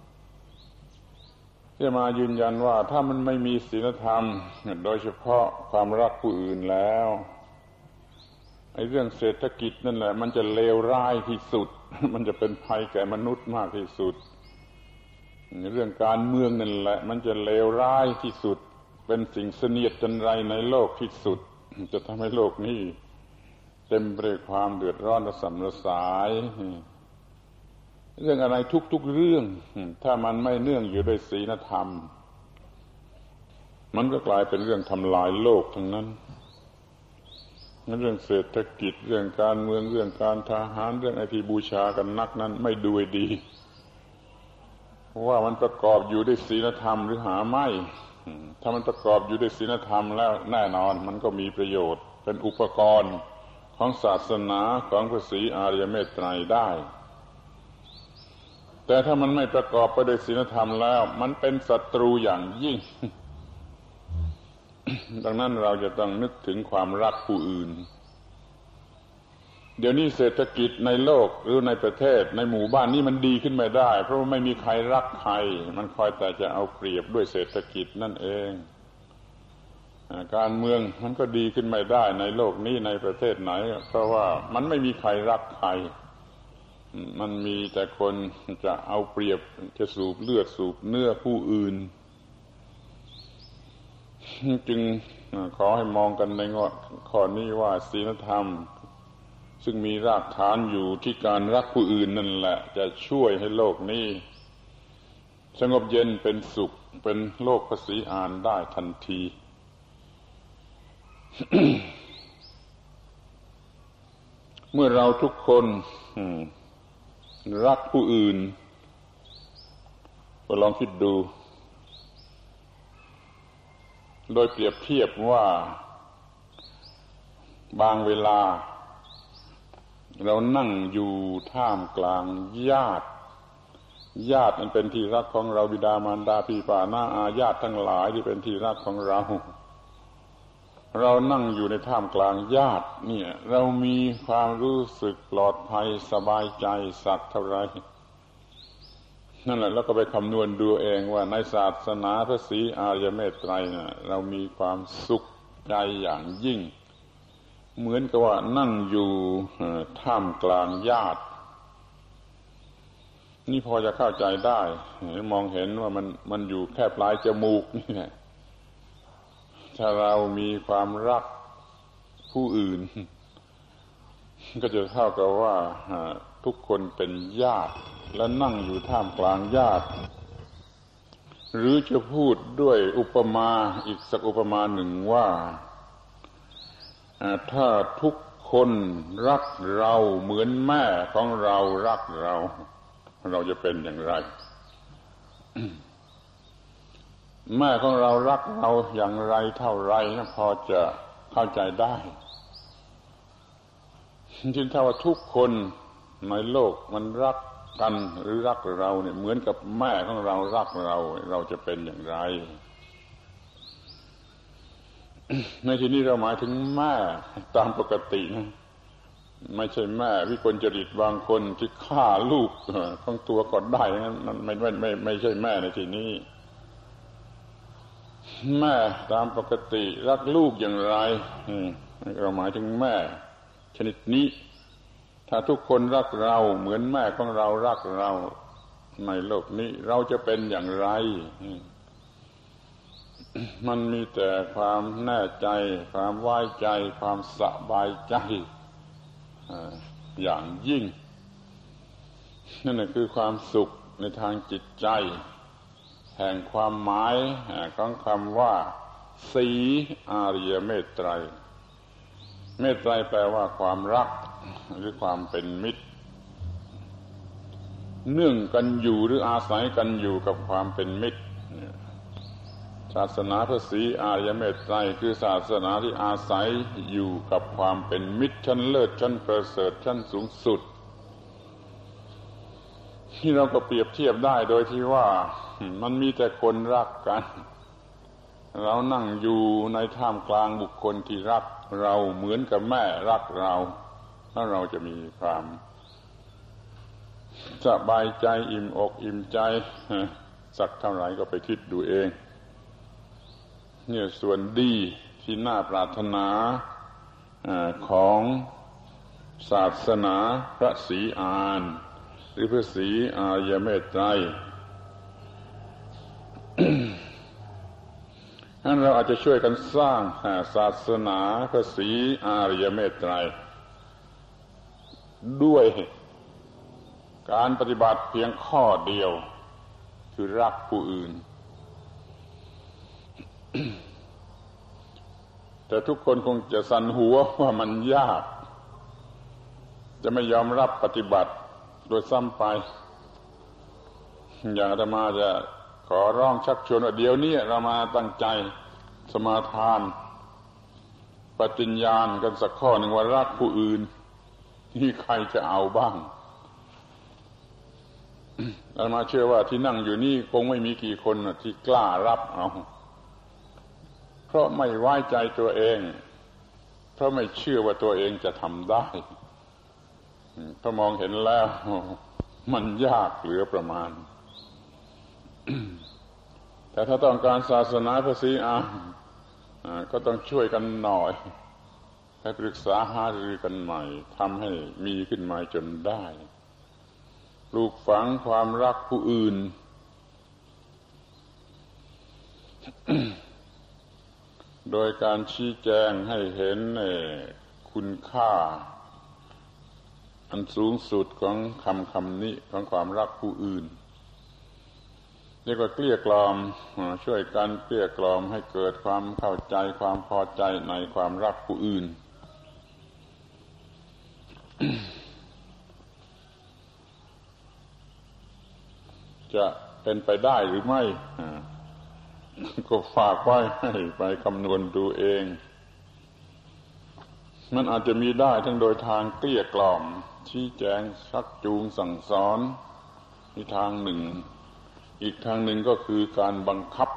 ที่มายืนยันว่าถ้ามันไม่มีศีลธรรมโดยเฉพาะความรักผู้อื่นแล้วไอ้เรื่องเศรษฐกิจนั่นแหละมันจะเลวร้ายที่สุดมันจะเป็นภัยแก่มนุษย์มากที่สุดเรื่องการเมืองนั่นแหละมันจะเลวร้ายที่สุดเป็นสิ่งเสนียดจันไรในโลกที่สุดจะทำให้โลกนี้เต็มไปด้วยความเดือดร้อนระสำระสายเรื่องอะไรทุกๆเรื่องถ้ามันไม่เนื่องอยู่ด้วยศีลธรรมมันก็กลายเป็นเรื่องทำลายโลกทั้งนั้นเรื่องเศรษฐกิจเรื่องการเมืองเรื่องการทหารเรื่องไอที่บูชากันนักนั้นไม่ดูดีเพราะว่ามันประกอบอยู่ด้วยศีลธรรมหรือหาไม่ถ้ามันประกอบอยู่ด้วยศีลธรรมแล้วแน่นอนมันก็มีประโยชน์เป็นอุปกรณ์ของศาสนาของพระศรีอริยเมตไตรได้แต่ถ้ามันไม่ประกอบไปด้วยศีลธรรมแล้วมันเป็นศัตรูอย่างยิ่ง ดังนั้นเราจะต้องนึกถึงความรักผู้อื่นเดี๋ยวนี้เศรษฐกิจในโลกหรือในประเทศในหมู่บ้านนี่มันดีขึ้นไม่ได้เพราะว่าไม่มีใครรักใครมันคอยแต่จะเอาเปรียบด้วยเศรษฐกิจนั่นเองการเมืองมันก็ดีขึ้นไม่ได้ในโลกนี้ในประเทศไหนเพราะว่ามันไม่มีใครรักใครมันมีแต่คนจะเอาเปรียบจะสูบเลือดสูบเนื้อผู้อื่นจึงขอให้มองกันในข้อนี้ว่าศีลธรรมซึ่งมีรากฐานอยู่ที่การรักผู้อื่นนั่นแหละจะช่วยให้โลกนี้สงบเย็นเป็นสุขเป็นโลกพระศรีอานได้ทันที เมื่อเราทุกคนรักผู้อื่นก็ลองคิดดูโดยเปรียบเทียบว่าบางเวลาเรานั่งอยู่ท่ามกลางญาติญาติมันเป็นที่รักของเราบิดามารดาพี่ป้าน้าอาญาติทั้งหลายที่เป็นที่รักของเราเรานั่งอยู่ในท่ามกลางญาติเนี่ยเรามีความรู้สึกปลอดภัยสบายใจสักเท่าไรนั่นแหละแล้วก็ไปคำนวณดูเองว่าในศาสนาพระศรีอริยเมตไตรเนี่ยเรามีความสุขใจอย่างยิ่งเหมือนกับว่านั่งอยู่ท่ามกลางญาตินี่พอจะเข้าใจได้มองเห็นว่ามันมันอยู่แค่ปลายจมูกนี่แหละถ้าเรามีความรักผู้อื่นก็จะเท่ากับว่าทุกคนเป็นญาติและนั่งอยู่ท่ามกลางญาติหรือจะพูดด้วยอุปมาอีกสักอุปมาหนึ่งว่าถ้าทุกคนรักเราเหมือนแม่ของเรารักเราเราจะเป็นอย่างไร แม่ของเรารักเราอย่างไรเท่าไรนะพอจะเข้าใจได้จริงๆถ้าว่าทุกคนในโลกมันรักกันหรือรักเราเนี่ยเหมือนกับแม่ของเรารักเราเราจะเป็นอย่างไร ในที่นี้เราหมายถึงแม่ตามปกตินะไม่ใช่แม่วิกลจริตบางคนที่ฆ่าลูกของตัวก็ได้นั้นไม่ไม่ไม่ไม่ใช่แม่ในที่นี้แม่ตามปกติรักลูกอย่างไรเราหมายถึงแม่ชนิดนี้ถ้าทุกคนรักเราเหมือนแม่ของเรารักเราในโลกนี้เราจะเป็นอย่างไรมันมีแต่ความแน่ใจความไว้ใจความสบายใจอย่างยิ่งนั่นคือความสุขในทางจิตใจแห่งความหมายของคำว่าสีอาริยเมตไตรเมตไตรแปลว่าความรักหรือความเป็นมิตรเนื่องกันอยู่หรืออาศัยกันอยู่กับความเป็นมิตรศาสนาพระศรีอาริยเมตไตรคือศาสนาที่อาศัยอยู่กับความเป็นมิตรชั้นเลิศชั้นประเสริฐชั้นสูงสุดที่เราก็เปรียบเทียบได้โดยที่ว่ามันมีแต่คนรักกันเรานั่งอยู่ในท่ามกลางบุคคลที่รักเราเหมือนกับแม่รักเราถ้าเราจะมีความสบายใจอิ่มอกอิ่มใจสักเท่าไหร่ก็ไปคิดดูเองเนี่ยส่วนดีที่น่าปรารถนาของศาสนาพระศรีอานหรือพระศรีอาริยเมตไตรงั้นเราอาจจะช่วยกันสร้างศาสนาพระศรีอาริยเมตไตรด้วยการปฏิบัติเพียงข้อเดียวคือรักผู้อื่นแต่ทุกคนคงจะสั่นหัวว่ามันยากจะไม่ยอมรับปฏิบัติโดยซ้ำไปอย่างอาตมาจะขอร้องชักชวนว่าเดี๋ยวนี้เรามาตั้งใจสมาทานปฏิญญาณกันสักข้อหนึ่งว่ารักผู้อื่นนี่ใครจะเอาบ้างอาตมาเชื่อว่าที่นั่งอยู่นี่คงไม่มีกี่คนที่กล้ารับเอาเพราะไม่ไว้ใจตัวเองเพราะไม่เชื่อว่าตัวเองจะทำได้เพราะมองเห็นแล้วมันยากเหลือประมาณแต่ถ้าต้องการศาสนาพระศรีอานก็ต้องช่วยกันหน่อยให้ปรึกษาหารือกันใหม่ทำให้มีขึ้นมาจนได้ปลูกฝังความรักผู้อื่น โดยการชี้แจงให้เห็นคุณค่าอันสูงสุดของคำคำนี้ของความรักผู้อื่นเรียกว่าเกลี้ยกล่อมช่วยกันเกลี้ยกล่อมให้เกิดความเข้าใจความพอใจในความรักผู้อื่น จะเป็นไปได้หรือไม่ก็ฝากไว้ให้ไปคำนวณดูเองมันอาจจะมีได้ทั้งโดยทางเกลี้ยกล่อมชี้แจงชักจูงสั่งสอนอีกทางหนึ่งอีกทางหนึ่งก็คือการบังคับ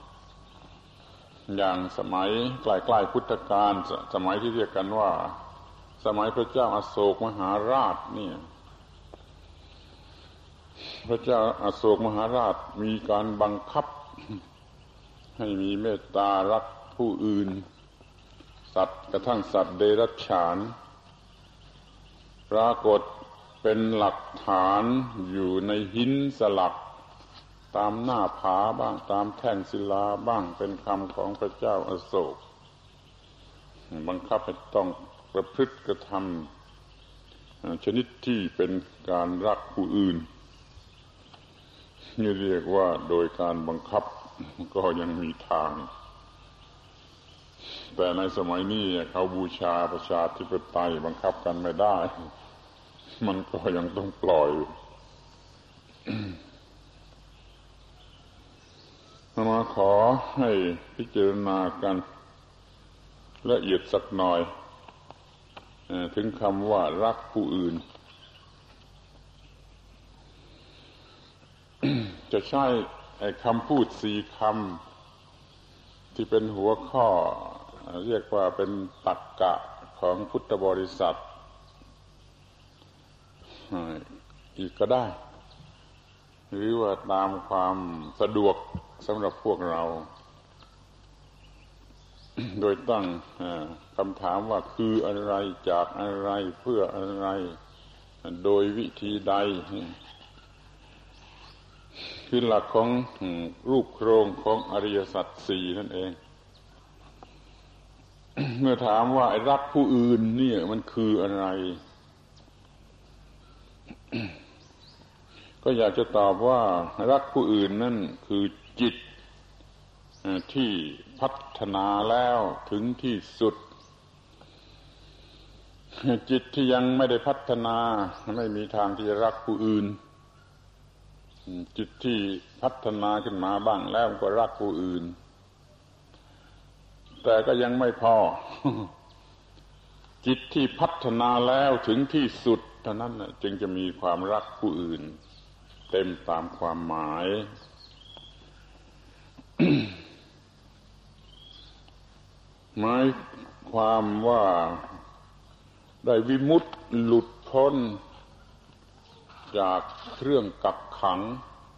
อย่างสมัยใกล้ๆพุทธกาลสมัยที่เรียกกันว่าสมัยพระเจ้าอโศกมหาราชนี่พระเจ้าอโศกมหาราชมีการบังคับให้มีเมตตารักผู้อื่นสัตว์กระทั่งสัตว์เดรัจฉานปรากฏเป็นหลักฐานอยู่ในหินสลักตามหน้าผาบ้างตามแท่งศิลาบ้างเป็นคำของพระเจ้าอโศกบังคับให้ต้องประพฤติกระทำชนิดที่เป็นการรักผู้อื่นนี่เรียกว่าโดยการบังคับก็ยังมีทางแต่ในสมัยนี้เขาบูชาประชาธิปไตยบังคับกันไม่ได้มันก็ยังต้องปล่อยมาขอให้พิจารณากันละเอียดสักหน่อยถึงคำว่ารักผู้อื่น จะใช้คำพูดสี่คำที่เป็นหัวข้อเรียกว่าเป็นตรรกะของพุทธบริษัทอีกก็ได้หรือว่าตามความสะดวกสำหรับพวกเราโดยตั้งคำถามว่าคืออะไรจากอะไรเพื่ออะไรโดยวิธีใดคือหลักของรูปโครงของอริยสัจสี่นั่นเองเมื่อถามว่าไอ้รักผู้อื่นเนี่ยมันคืออะไรก็อยากจะตอบว่ารักผู้อื่นนั่นคือจิตที่พัฒนาแล้วถึงที่สุดจิตที่ยังไม่ได้พัฒนาไม่มีทางที่จะรักผู้อื่นจิตที่พัฒนาขึ้นมาบ้างแล้วก็รักผู้อื่นแต่ก็ยังไม่พอจิตที่พัฒนาแล้วถึงที่สุดเท่านั้นจึงจะมีความรักผู้อื่นเต็มตามความหมาย หมายความว่าได้วิมุตติหลุดพ้นจากเครื่องกักขัง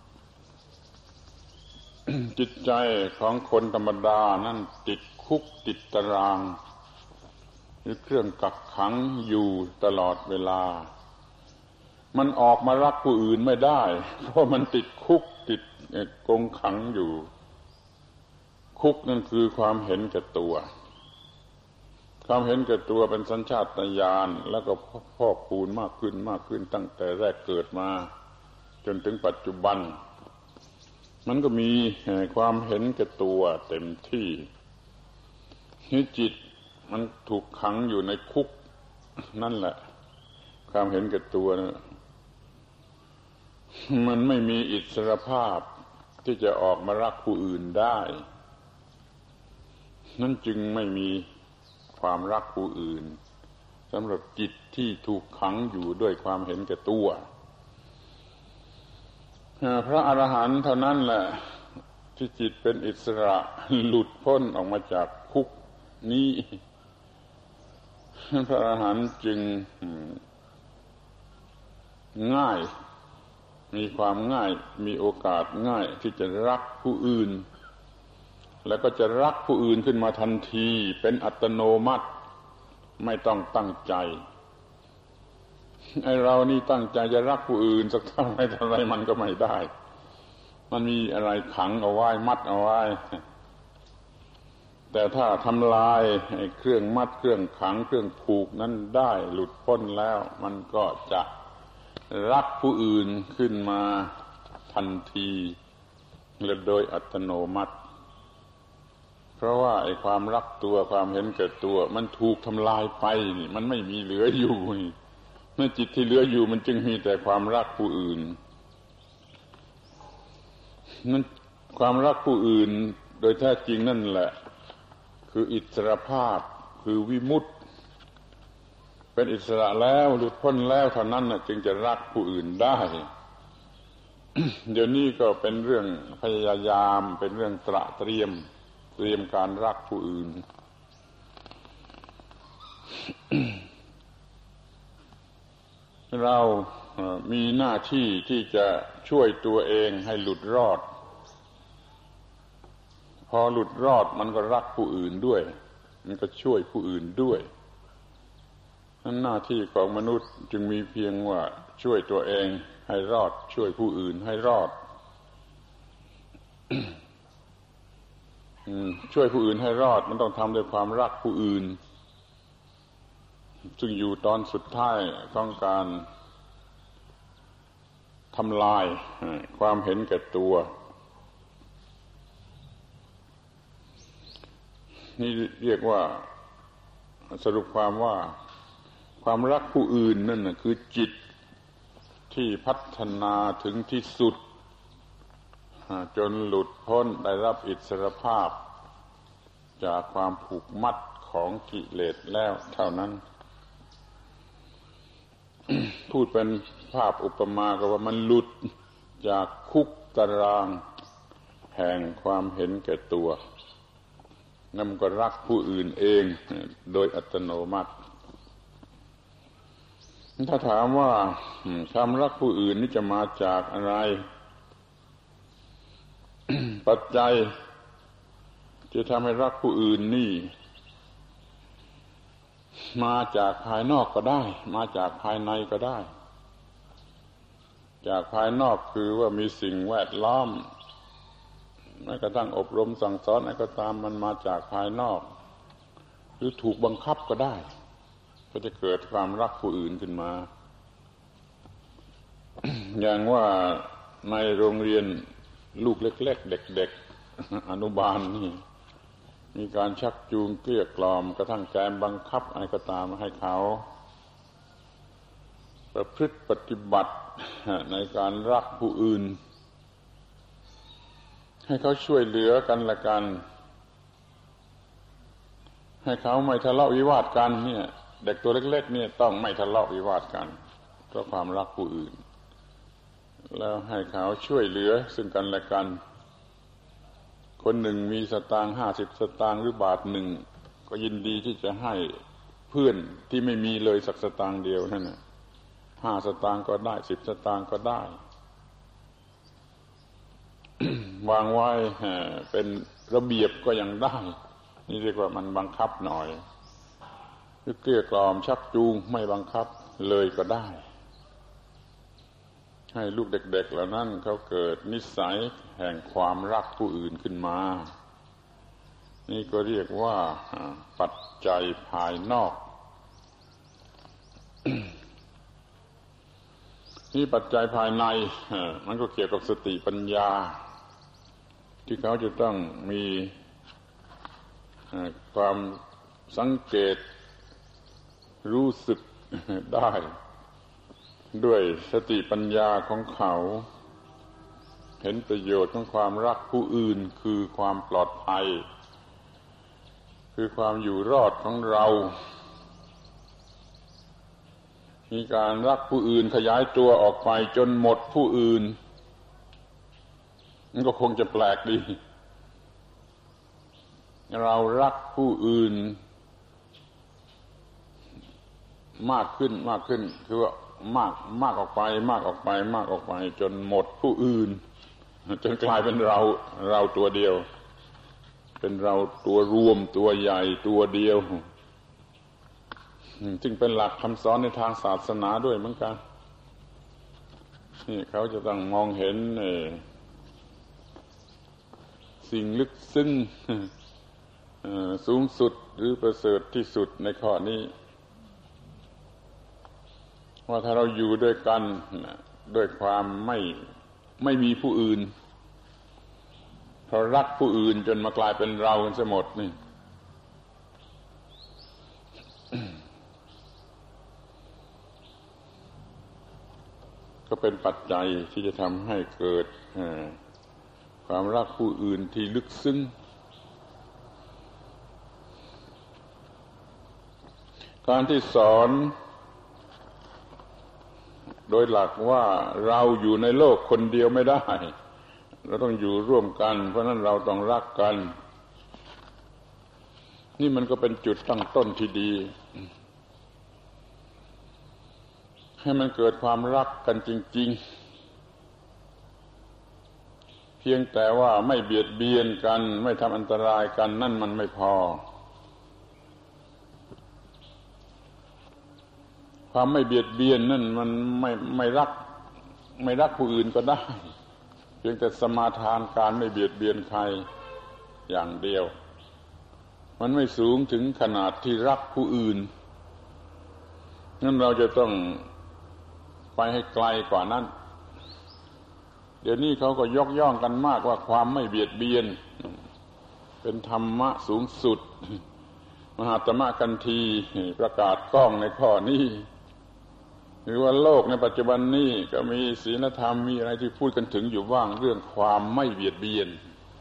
จิตใจของคนธรรมดานั่นติดคุกติดตารางหรือเครื่องกักขังอยู่ตลอดเวลามันออกมารักผู้อื่นไม่ได้เพราะมันติดคุกติดกรงขังอยู่คุกนั่นคือความเห็นแก่ตัวความเห็นแก่ตัวเป็นสัญชาตญาณแล้วก็พอกพูนมากขึ้นมากขึ้นตั้งแต่แรกเกิดมาจนถึงปัจจุบันมันก็มีความเห็นแก่ตัวเต็มที่ที่จิตมันถูกขังอยู่ในคุกนั่นแหละความเห็นแก่ตัวนะมันไม่มีอิสรภาพที่จะออกมารักผู้อื่นได้นั่นจึงไม่มีความรักผู้อื่นสำหรับจิตที่ถูกขังอยู่ด้วยความเห็นแก่ตัวพระอรหันต์เท่านั้นแหละที่จิตเป็นอิสระหลุดพ้นออกมาจากคุกนี้พระอรหันต์จึงง่ายมีความง่ายมีโอกาสง่ายที่จะรักผู้อื่นแล้วก็จะรักผู้อื่นขึ้นมาทันทีเป็นอัตโนมัติไม่ต้องตั้งใจไอ้เรานี่ตั้งใจจะรักผู้อื่นสักเท่าไรเท่าไรมันก็ไม่ได้มันมีอะไรขังเอาไว้มัดเอาไว้แต่ถ้าทำลายไอ้เครื่องมัดเครื่องขังเครื่องผูกนั้นได้หลุดพ้นแล้วมันก็จะรักผู้อื่นขึ้นมาทันทีและโดยอัตโนมัติเพราะว่าไอ้ความรักตัวความเห็นแก่ตัวมันถูกทำลายไปนี่มันไม่มีเหลืออยู่เมื่อจิตที่เหลืออยู่มันจึงมีแต่ความรักผู้อื่นนั่นความรักผู้อื่นโดยแท้จริงนั่นแหละคืออิสรภาพคือวิมุตติเป็นอิสระแล้วหลุดพ้นแล้วเท่านั้นน่ะจึงจะรักผู้อื่นได้ เดี๋ยวนี้ก็เป็นเรื่องพยายามเป็นเรื่องตระเตรียมเตรียมการรักผู้อื่น เรามีหน้าที่ที่จะช่วยตัวเองให้หลุดรอดพอหลุดรอดมันก็รักผู้อื่นด้วยมันก็ช่วยผู้อื่นด้วยนั่นหน้าที่ของมนุษย์จึงมีเพียงว่าช่วยตัวเองให้รอดช่วยผู้อื่นให้รอด ช่วยผู้อื่นให้รอดมันต้องทำด้วยความรักผู้อื่นซึ่งอยู่ตอนสุดท้ายของการทำลายความเห็นแก่ตัวนี่เรียกว่าสรุปความว่าความรักผู้อื่นนั่นน่ะคือจิตที่พัฒนาถึงที่สุดจนหลุดพ้นได้รับอิสรภาพจากความผูกมัดของกิเลสแล้วเท่านั้น พูดเป็นภาพอุปมาก็ว่ามันหลุดจากคุกตารางแห่งความเห็นแก่ตัวนั่นก็รักผู้อื่นเองโดยอัตโนมัติถ้าถามว่าความรักผู้อื่นนี่จะมาจากอะไร ปัจจัยจจะทำให้รักผู้อื่นนี่มาจากภายนอกก็ได้มาจากภายในก็ได้จากภายนอกคือว่ามีสิ่งแวดล้อมแม้กระทั่งอบรมสั่งสอนอะไรก็ตามมันมาจากภายนอกหรือถูกบังคับก็ได้ก็จะเกิดความรักผู้อื่นขึ้นมา อย่างว่าในโรงเรียนลูกเล็กๆเด็กๆอนุบาลนี่มีการชักจูงเกลี้ยกล่อมกระทั่งแกมบังคับอะไรก็ตามให้เขาประพฤติปฏิบัติในการรักผู้อื่นให้เขาช่วยเหลือกันและกันให้เขาไม่ทะเลาะวิวาทกันเนี่ยเด็กตัวเล็กๆเนี่ยต้องไม่ทะเลาะวิวาทกันเพราะความรักผู้อื่นแล้วให้เขาช่วยเหลือซึ่งกันและกันคนหนึ่งมีสตางค์ห้าสิบสตางค์หรือบาทหนึ่งก็ยินดีที่จะให้เพื่อนที่ไม่มีเลยสักสตางค์เดียวนั่นน่ะห้าสตางค์ก็ได้สิบสตางค์ก็ได้ วางไว้เป็นระเบียบก็ยังได้นี่เรียกว่ามันบังคับหน่อยหรือเกลี้ยกล่อมชักจูงไม่บังคับเลยก็ได้ให้ลูกเด็กๆเหล่านั้นเขาเกิดนิสัยแห่งความรักผู้อื่นขึ้นมานี่ก็เรียกว่าปัจจัยภายนอก นี่ปัจจัยภายในมันก็เกี่ยวกับสติปัญญาที่เขาจะต้องมีความสังเกตรู้สึกได้ด้วยสติปัญญาของเขาเห็นประโยชน์ของความรักผู้อื่นคือความปลอดภัยคือความอยู่รอดของเรามีการรักผู้อื่นขยายตัวออกไปจนหมดผู้อื่นมันก็คงจะแปลกดีเรารักผู้อื่นมากขึ้นมากขึ้นคือว่ามากมากออกไปมากออกไปมากออกไปจนหมดผู้อื่นจนกลายเป็นเราเราตัวเดียวเป็นเราตัวรวมตัวใหญ่ตัวเดียวจึงเป็นหลักคำสอนในทางศาสนาด้วยเหมือนกันนี่เขาจะต้องมองเห็นสิ่งลึกซึ้งสูงสุดหรือประเสริฐที่สุดในข้อนี้ว่าถ้าเราอยู่ด้วยกันด้วยความไม่ไม่มีผู้อื่นเพราะรักผู้อื่นจนมากลายเป็นเรากันซะหมดนี่ ก็เป็นปัจจัยที่จะทำให้เกิดความรักผู้อื่นที่ลึกซึ้งการที่สอนโดยหลักว่าเราอยู่ในโลกคนเดียวไม่ได้เราต้องอยู่ร่วมกันเพราะนั้นเราต้องรักกันนี่มันก็เป็นจุดตั้งต้นที่ดีให้มันเกิดความรักกันจริงๆเพียงแต่ว่าไม่เบียดเบียนกันไม่ทำอันตรายกันนั่นมันไม่พอความไม่เบียดเบียนนั่นมันไม่ไม่รักไม่รักผู้อื่นก็ได้เพียงแต่สมาทานการไม่เบียดเบียนใครอย่างเดียวมันไม่สูงถึงขนาดที่รักผู้อื่นงั้นเราจะต้องไปให้ไกลกว่านั้นเดี๋ยวนี้เขาก็ยกย่องกันมากว่าความไม่เบียดเบียนเป็นธรรมะสูงสุดมหาตมะกันทีประกาศก้องในข้อนี้หรือว่าโลกในปัจจุบันนี้ก็มีศีลธรรมมีอะไรที่พูดกันถึงอยู่บ้างเรื่องความไม่เบียดเบียน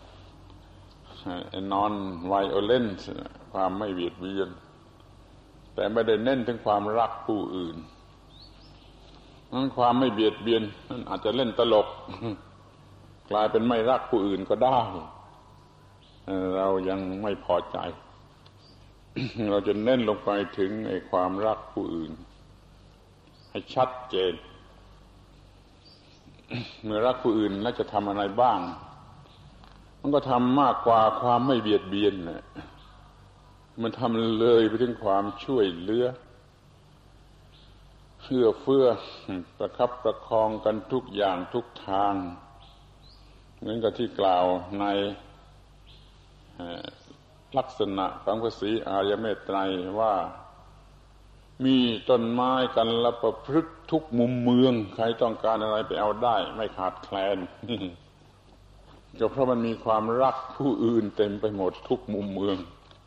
non violence ความไม่เบียดเบียนแต่ไม่ได้เน้นถึงความรักผู้อื่นนั้นความไม่เบียดเบียนนั้นอาจจะเล่นตลกกลายเป็นไม่รักผู้อื่นก็ได้เรายังไม่พอใจเราจะเน้นลงไปถึงไอ้ความรักผู้อื่นให้ชัดเจนเมื่อรักผู้อื่นแล้วจะทำอะไรบ้างมันก็ทำมากกว่าความไม่เบียดเบียนนะมันทำเลยไปถึงความช่วยเหลือเอื้อเฟื้อประคับประคองกันทุกอย่างทุกทางเหมือนกับที่กล่าวในลักษณะของพระศรีอริยเมตไตรว่ามีต้นไม้กันละประพฤกษ์ทุกมุมเมืองใครต้องการอะไรไปเอาได้ไม่ขาดแคลนก็เพราะมันมีความรักผู้อื่นเต็มไปหมดทุกมุมเมือง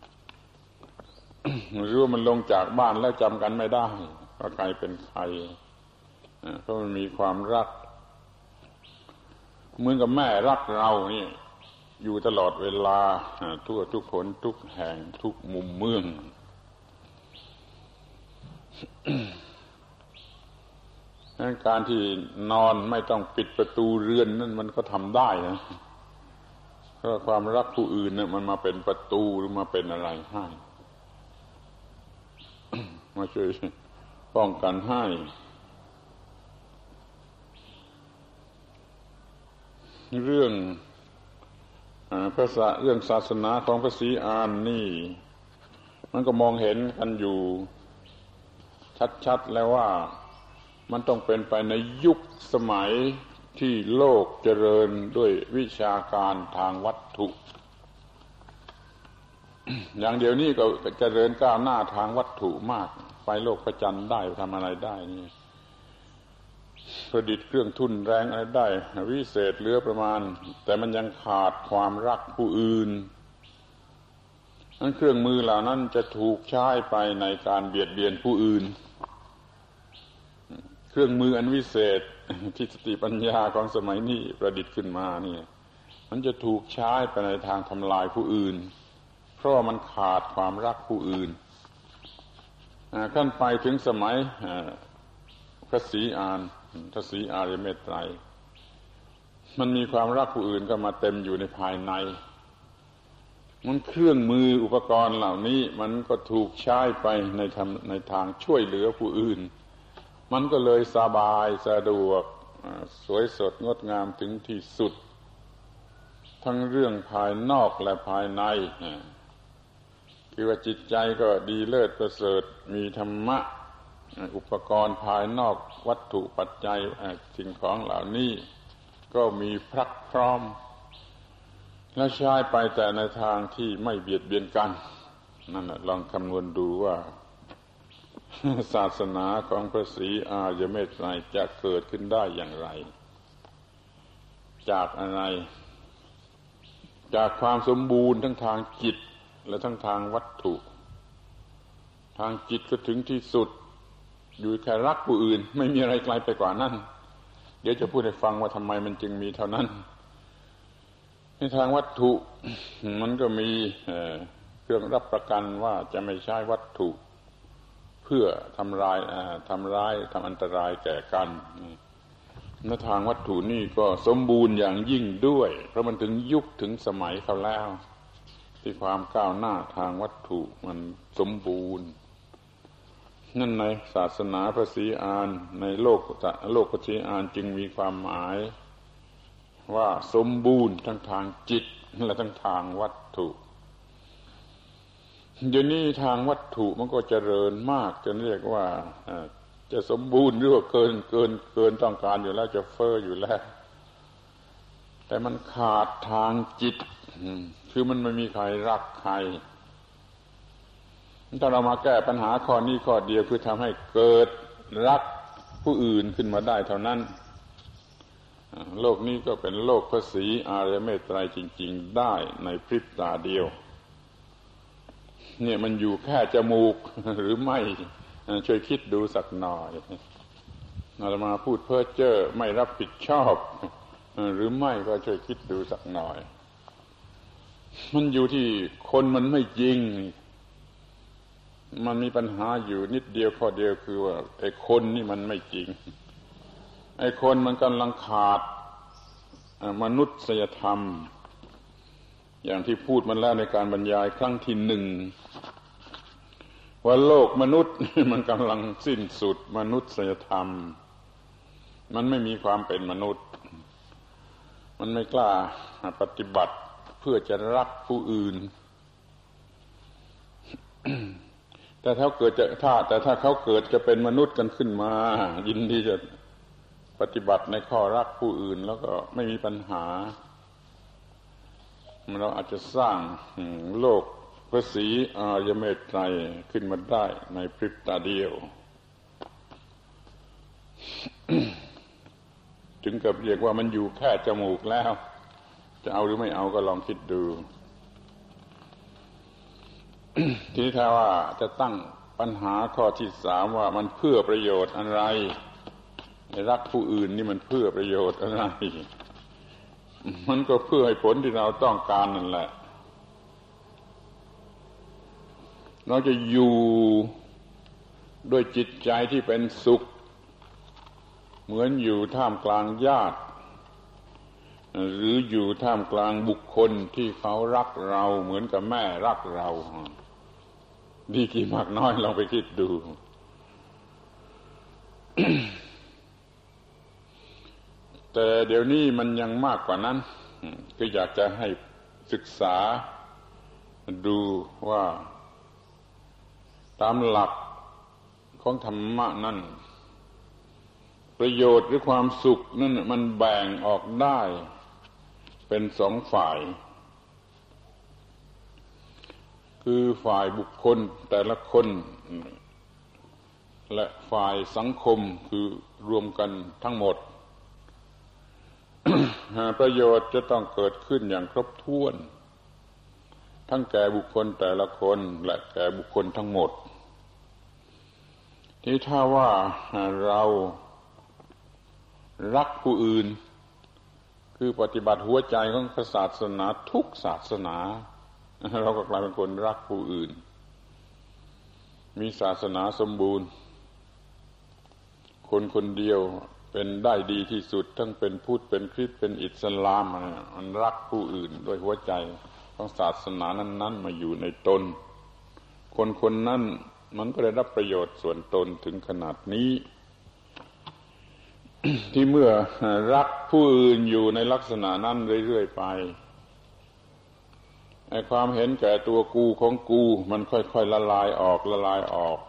หรือว่ามันลงจากบ้านแล้วจำกันไม่ได้ว่าใครเป็นใครเพราะมันมีความรักเหมือนกับแม่รักเรานี่อยู่ตลอดเวลาทั่วทุกคนทุกแห่งทุกมุมเมืองการที่นอนไม่ต้องปิดประตูเรือนนั่นมันก็ทำได้นะเพราะความรักผู้อื่นเนี่ยมันมาเป็นประตูหรือมาเป็นอะไรให้มาช่วยป้องกันให้เรื่องภาษาเรื่องศาสนาของพระศรีอานนี่มันก็มองเห็นกันอยู่ชัดๆแล้วว่ามันต้องเป็นไปในยุคสมัยที่โลกเจริญด้วยวิชาการทางวัตถุอย่างเดียวนี้ก็เจริญก้าวหน้าทางวัตถุมากไปโลกพระจันทร์ได้ทำอะไรได้นี่ประดิษฐ์เครื่องทุ่นแรงอะไรได้วิเศษเหลือประมาณแต่มันยังขาดความรักผู้อื่นนั้นเครื่องมือเหล่านั้นจะถูกใช้ไปในการเบียดเบียนผู้อื่นเครื่องมืออันวิเศษที่สติปัญญาของสมัยนี้ประดิษฐ์ขึ้นมานี่มันจะถูกใช้ไปในทางทำลายผู้อื่นเพราะมันขาดความรักผู้อื่นขั้นไปถึงสมัยพระศรีอานพระศรีอริยเมตไตรมันมีความรักผู้อื่นก็มาเต็มอยู่ในภายในมันเครื่องมืออุปกรณ์เหล่านี้มันก็ถูกใช้ไปในทางในทางช่วยเหลือผู้อื่นมันก็เลยสบายสะดวกสวยสดงดงามถึงที่สุดทั้งเรื่องภายนอกและภายในคือว่าจิตใจก็ดีเลิศประเสริฐมีธรรมะอุปกรณ์ภายนอกวัตถุปัจจัยสิ่งของเหล่านี้ก็มีพรักพร้อมและใช้ไปแต่ในทางที่ไม่เบียดเบียนกันนั่นแหละลองคำนวณดูว่าศาสนาของพระศรีอริยเมตไตรจะเกิดขึ้นได้อย่างไรจากอะไรจากความสมบูรณ์ทั้งทางจิตและทั้งทางวัตถุทางจิตก็ถึงที่สุดอยู่แค่รักผู้อื่นไม่มีอะไรไกลไปกว่านั้นเดี๋ยวจะพูดให้ฟังว่าทำไมมันจึงมีเท่านั้นในทางวัตถุมันก็มีเครื่องรับประกันว่าจะไม่ใช้วัตถุเพื่อทำลายทำร้ายทำอันตรายแก่กันในทางวัตถุนี่ก็สมบูรณ์อย่างยิ่งด้วยเพราะมันถึงยุคถึงสมัยเขาแล้วที่ความก้าวหน้าทางวัตถุมันสมบูรณ์นั่นในศาสนาพระศรีอานในโลกโลกพระศรีอานจึงมีความหมายว่าสมบูรณ์ทั้งทางจิตและทั้งทางวัตถุเดี๋ยวนี้ทางวัตถุมันก็เจริญมากจนเรียกว่าจะสมบูรณ์หรือว่าเกินเกินเกินต้องการอยู่แล้วจะเฟ้ออยู่แล้วแต่มันขาดทางจิตคือมันไม่มีใครรักใครถ้าเรามาแก้ปัญหาข้อนี้ข้อเดียวคือทำให้เกิดรักผู้อื่นขึ้นมาได้เท่านั้นโลกนี้ก็เป็นโลกพระศรีอริยเมตไตรจริงๆได้ในพริบตาเดียวเนี่ยมันอยู่แค่จมูกหรือไม่ช่วยคิดดูสักหน่อยอาตมาพูดเพ้อเจ้อไม่รับผิดชอบหรือไม่ก็ช่วยคิดดูสักหน่อยมันอยู่ที่คนมันไม่จริงมันมีปัญหาอยู่นิดเดียวข้อเดียวคือว่าไอ้คนนี่มันไม่จริงไอ้คนมันกำลังขาดมนุษยธรรมอย่างที่พูดมันแล้วในการบรรยายครั้งที่หนึ่งว่าโลกมนุษย์มันกำลังสิ้นสุดมนุษยธรรมมันไม่มีความเป็นมนุษย์มันไม่กล้าปฏิบัติเพื่อจะรักผู้อื่น แต่ถ้าเกิดจะถ้าแต่ถ้าเขาเกิดจะเป็นมนุษย์กันขึ้นมายินดีจะปฏิบัติในข้อรักผู้อื่นแล้วก็ไม่มีปัญหาเราอาจจะสร้างโลกพระศรีอริยเมตไตรขึ้นมาได้ในพริบตาเดียว ถึงกับเรียกว่ามันอยู่แค่จมูกแล้วจะเอาหรือไม่เอาก็ลองคิดดู ทีนี้ถ้าว่าจะตั้งปัญหาข้อที่สามว่ามันเพื่อประโยชน์อะไรรักผู้อื่นนี่มันเพื่อประโยชน์อะไรมันก็เพื่อให้ผลที่เราต้องการนั่นแหละเราจะอยู่ด้วยจิตใจที่เป็นสุขเหมือนอยู่ท่ามกลางญาติหรืออยู่ท่ามกลางบุคคลที่เขารักเราเหมือนกับแม่รักเราดีกี่มากน้อยลองไปคิดดู แต่เดี๋ยวนี้มันยังมากกว่านั้นก็อยากจะให้ศึกษาดูว่าตามหลักของธรรมะนั่นประโยชน์หรือความสุขนั่นมันแบ่งออกได้เป็นสองฝ่ายคือฝ่ายบุคคลแต่ละคนและฝ่ายสังคมคือรวมกันทั้งหมด ประโยชน์จะต้องเกิดขึ้นอย่างครบถ้วนทั้งแก่บุคคลแต่ละคนและแก่บุคคลทั้งหมดที่ถ้าว่าเรารักผู้อื่นคือปฏิบัติหัวใจของศาสนาทุกศาสนาเราก็กลายเป็นคนรักผู้อื่นมีศาสนาสมบูรณ์คนคนเดียวเป็นได้ดีที่สุดทั้งเป็นพุทธเป็นคริสต์เป็นอิสลามมันรักผู้อื่นด้วยหัวใจของศาสนานั้นๆมาอยู่ในตนคนคนนั้นมันก็ได้รับประโยชน์ส่วนตนถึงขนาดนี้ ที่เมื่อรักผู้อื่นอยู่ในลักษณะนั้นเรื่อยๆไปไอ้ความเห็นแก่ตัวกูของกูมันค่อยๆละลายออกละลายออก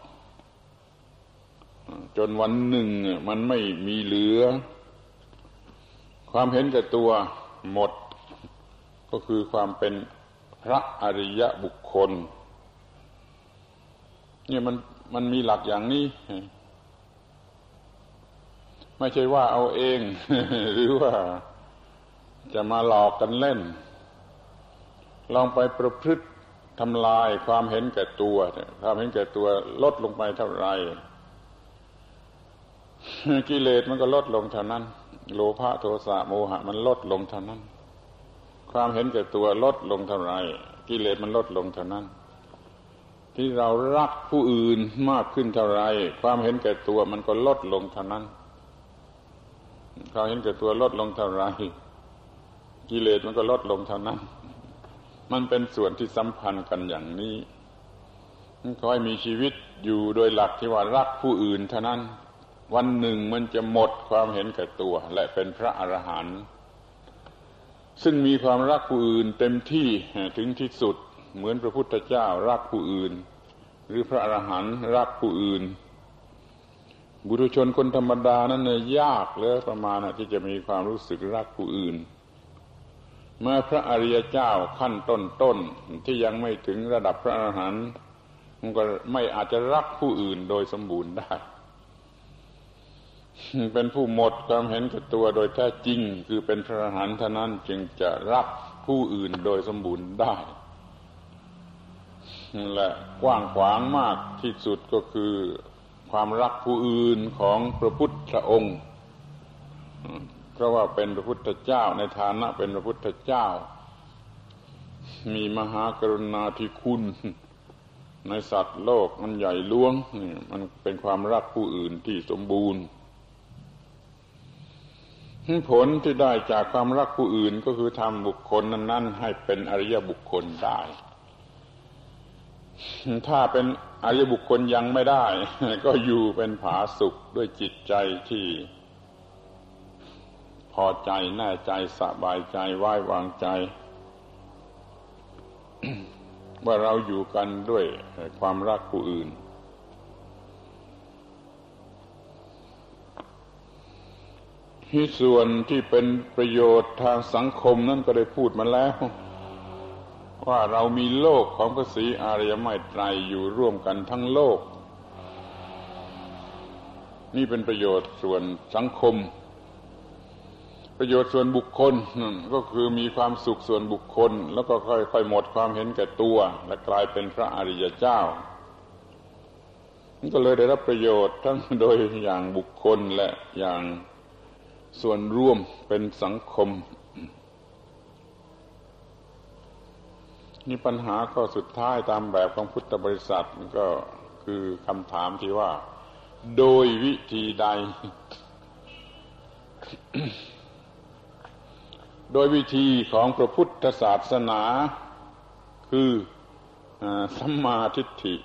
จนวันหนึ่งมันไม่มีเหลือความเห็นแก่ตัวหมดก็คือความเป็นพระอริยบุคคลเนี่ยมันมันมีหลักอย่างนี้ไม่ใช่ว่าเอาเอง หรือว่าจะมาหลอกกันเล่นลองไปประพฤติทำลายความเห็นแก่ตัวความเห็นแก่ตัวลดลงไปเท่าไหร่กิเลสมันก็ลดลงเท่านั้นโลภะโทสะโมหะมันลดลงเท่านั้นความเห็นแก่ตัวลดลงเท่าไหร่กิเลสมันลดลงเท่านั้นที่เรารักผู้อื่นมากขึ้นเท่าไหร่ความเห็นแก่ตัวมันก็ลดลงเท่านั้นความเห็นแก่ตัวลดลงเท่าไหร่กิเลสมันก็ลดลงเท่านั้นมันเป็นส่วนที่สัมพันธ์กันอย่างนี้ขอให้มีชีวิตอยู่โดยหลักที่ว่ารักผู้อื่นเท่านั้นวันหนึ่งมันจะหมดความเห็นแก่ตัวและเป็นพระอรหันต์ซึ่งมีความรักผู้อื่นเต็มที่ถึงที่สุดเหมือนพระพุทธเจ้ารักผู้อื่นหรือพระอรหันต์รักผู้อื่นบุรุชนคนธรรมดานั้นเนี่ยยากเลยประมาณที่จะมีความรู้สึกรักผู้อื่นเมื่อพระอริยเจ้าขั้นต้นๆที่ยังไม่ถึงระดับพระอรหันต์มันก็ไม่อาจจะรักผู้อื่นโดยสมบูรณ์ได้เป็นผู้หมดความเห็นแก่ตัวโดยแท้จริงคือเป็นพระอรหันต์เท่านั้นจึงจะรักผู้อื่นโดยสมบูรณ์ได้และกว้างขวางมากที่สุดก็คือความรักผู้อื่นของพระพุทธองค์เพราะว่าเป็นพระพุทธเจ้าในฐานะเป็นพระพุทธเจ้ามีมหากรุณาธิคุณในสัตว์โลกมันใหญ่หลวงนี่มันเป็นความรักผู้อื่นที่สมบูรณ์ผลที่ได้จากความรักผู้อื่นก็คือทำบุคคลนั้นๆให้เป็นอริยบุคคลได้ถ้าเป็นอริยบุคคลยังไม่ได้ก็อยู่เป็นผาสุกด้วยจิตใจที่พอใจแน่ใจสบายใจไว้วางใจว่าเราอยู่กันด้วยความรักผู้อื่นที่ส่วนที่เป็นประโยชน์ทางสังคมนั่นก็ได้พูดมาแล้วว่าเรามีโลกของพระศรีอริยไมตรัยอยู่ร่วมกันทั้งโลกนี่เป็นประโยชน์ส่วนสังคมประโยชน์ส่วนบุคคลนั่นก็คือมีความสุขส่วนบุคคลแล้วก็ค่อยๆหมดความเห็นแก่ตัวและกลายเป็นพระอริยเจ้านี่ก็เลยได้รับประโยชน์ทั้งโดยอย่างบุคคลและอย่างส่วนร่วมเป็นสังคมนี่ปัญหาข้อสุดท้ายตามแบบของพุทธบริษัทก็คือคำถามที่ว่าโดยวิธีใด โดยวิธีของพระพุทธศาสนาคือสัมมาทิฏฐิ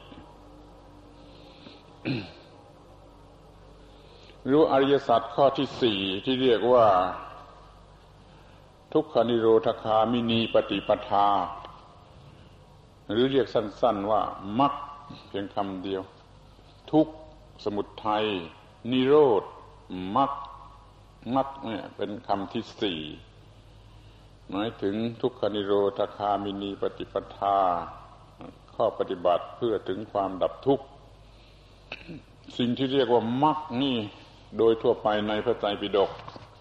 รู้อริยสัจข้อที่สี่ที่เรียกว่าทุกขนิโรธคามินีปฏิปทาหรือเรียกสั้นๆว่ามรรคเพียงคำเดียวทุกข์สมุทัยนิโรธมรรคมรรคเนี่ยเป็นคำที่สี่หมายถึงทุกขนิโรธคามินีปฏิปทาข้อปฏิบัติเพื่อถึงความดับทุกข์สิ่งที่เรียกว่ามรรคนี่โดยทั่วไปในพระไตรปิฎก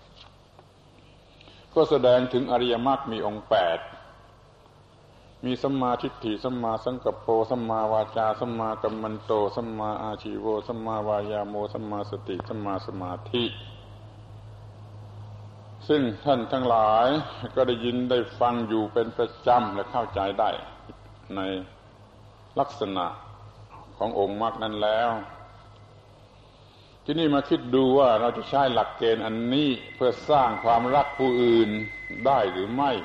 ก็แสดงถึงอริยมรรคมีองค์แปดมีสัมมาทิฏฐิสัมมาสังกัปโปสัมมาวาจาสัมมากัมมันโตสัมมาอาชีโวสัมมาวายาโมสัมมาสติสัมมาสมาธิซึ่งท่านทั้งหลายก็ได้ยินได้ฟังอยู่เป็นประจำและเข้าใจได้ในลักษณะขององค์มรรคนั้นแล้วที่นี่มาคิดดูว่าเราจะใช้หลักเกณฑ์อันนี้เพื่อสร้างความรักผู้อื่นได้หรือไม่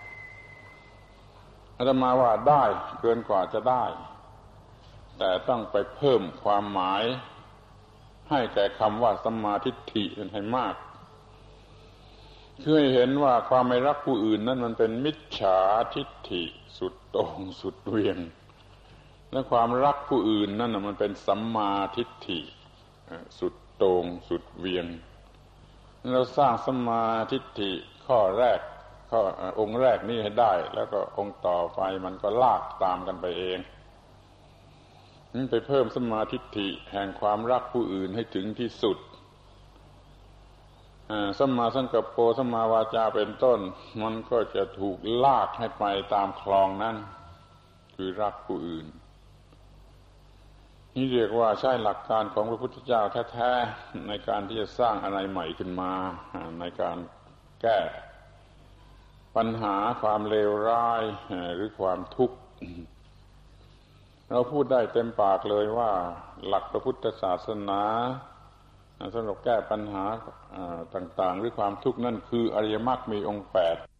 อาตมาว่าได้เกินกว่าจะได้แต่ต้องไปเพิ่มความหมายให้แก่คำว่าสัมมาทิฏฐิให้มากคือให้เห็นว่าความไม่รักผู้อื่นนั้นมันเป็นมิจฉาทิฏฐิสุดโต่งสุดเวียงและความรักผู้อื่นนั่นมันเป็นสัมมาทิฏฐิสุดโต่งสุดเวียงเราสร้างสัมมาทิฏฐิข้อแรกข้อองค์แรกนี่ให้ได้แล้วก็องค์ต่อไปมันก็ลากตามกันไปเองนี่ไปเพิ่มสัมมาทิฏฐิแห่งความรักผู้อื่นให้ถึงที่สุดสัมมาสังกัปโปสัมมาวาจาเป็นต้นมันก็จะถูกลากให้ไปตามคลองนั้นคือรักผู้อื่นนี่เรียกว่าใช้หลักการของพระพุทธเจ้าแท้ๆในการที่จะสร้างอะไรใหม่ขึ้นมาในการแก้ปัญหาความเลวร้ายหรือความทุกข์เราพูดได้เต็มปากเลยว่าหลักพระพุทธศาสนาสำหรับแก้ปัญหาต่างๆหรือความทุกข์นั่นคืออริยมรรคมีองค์แปด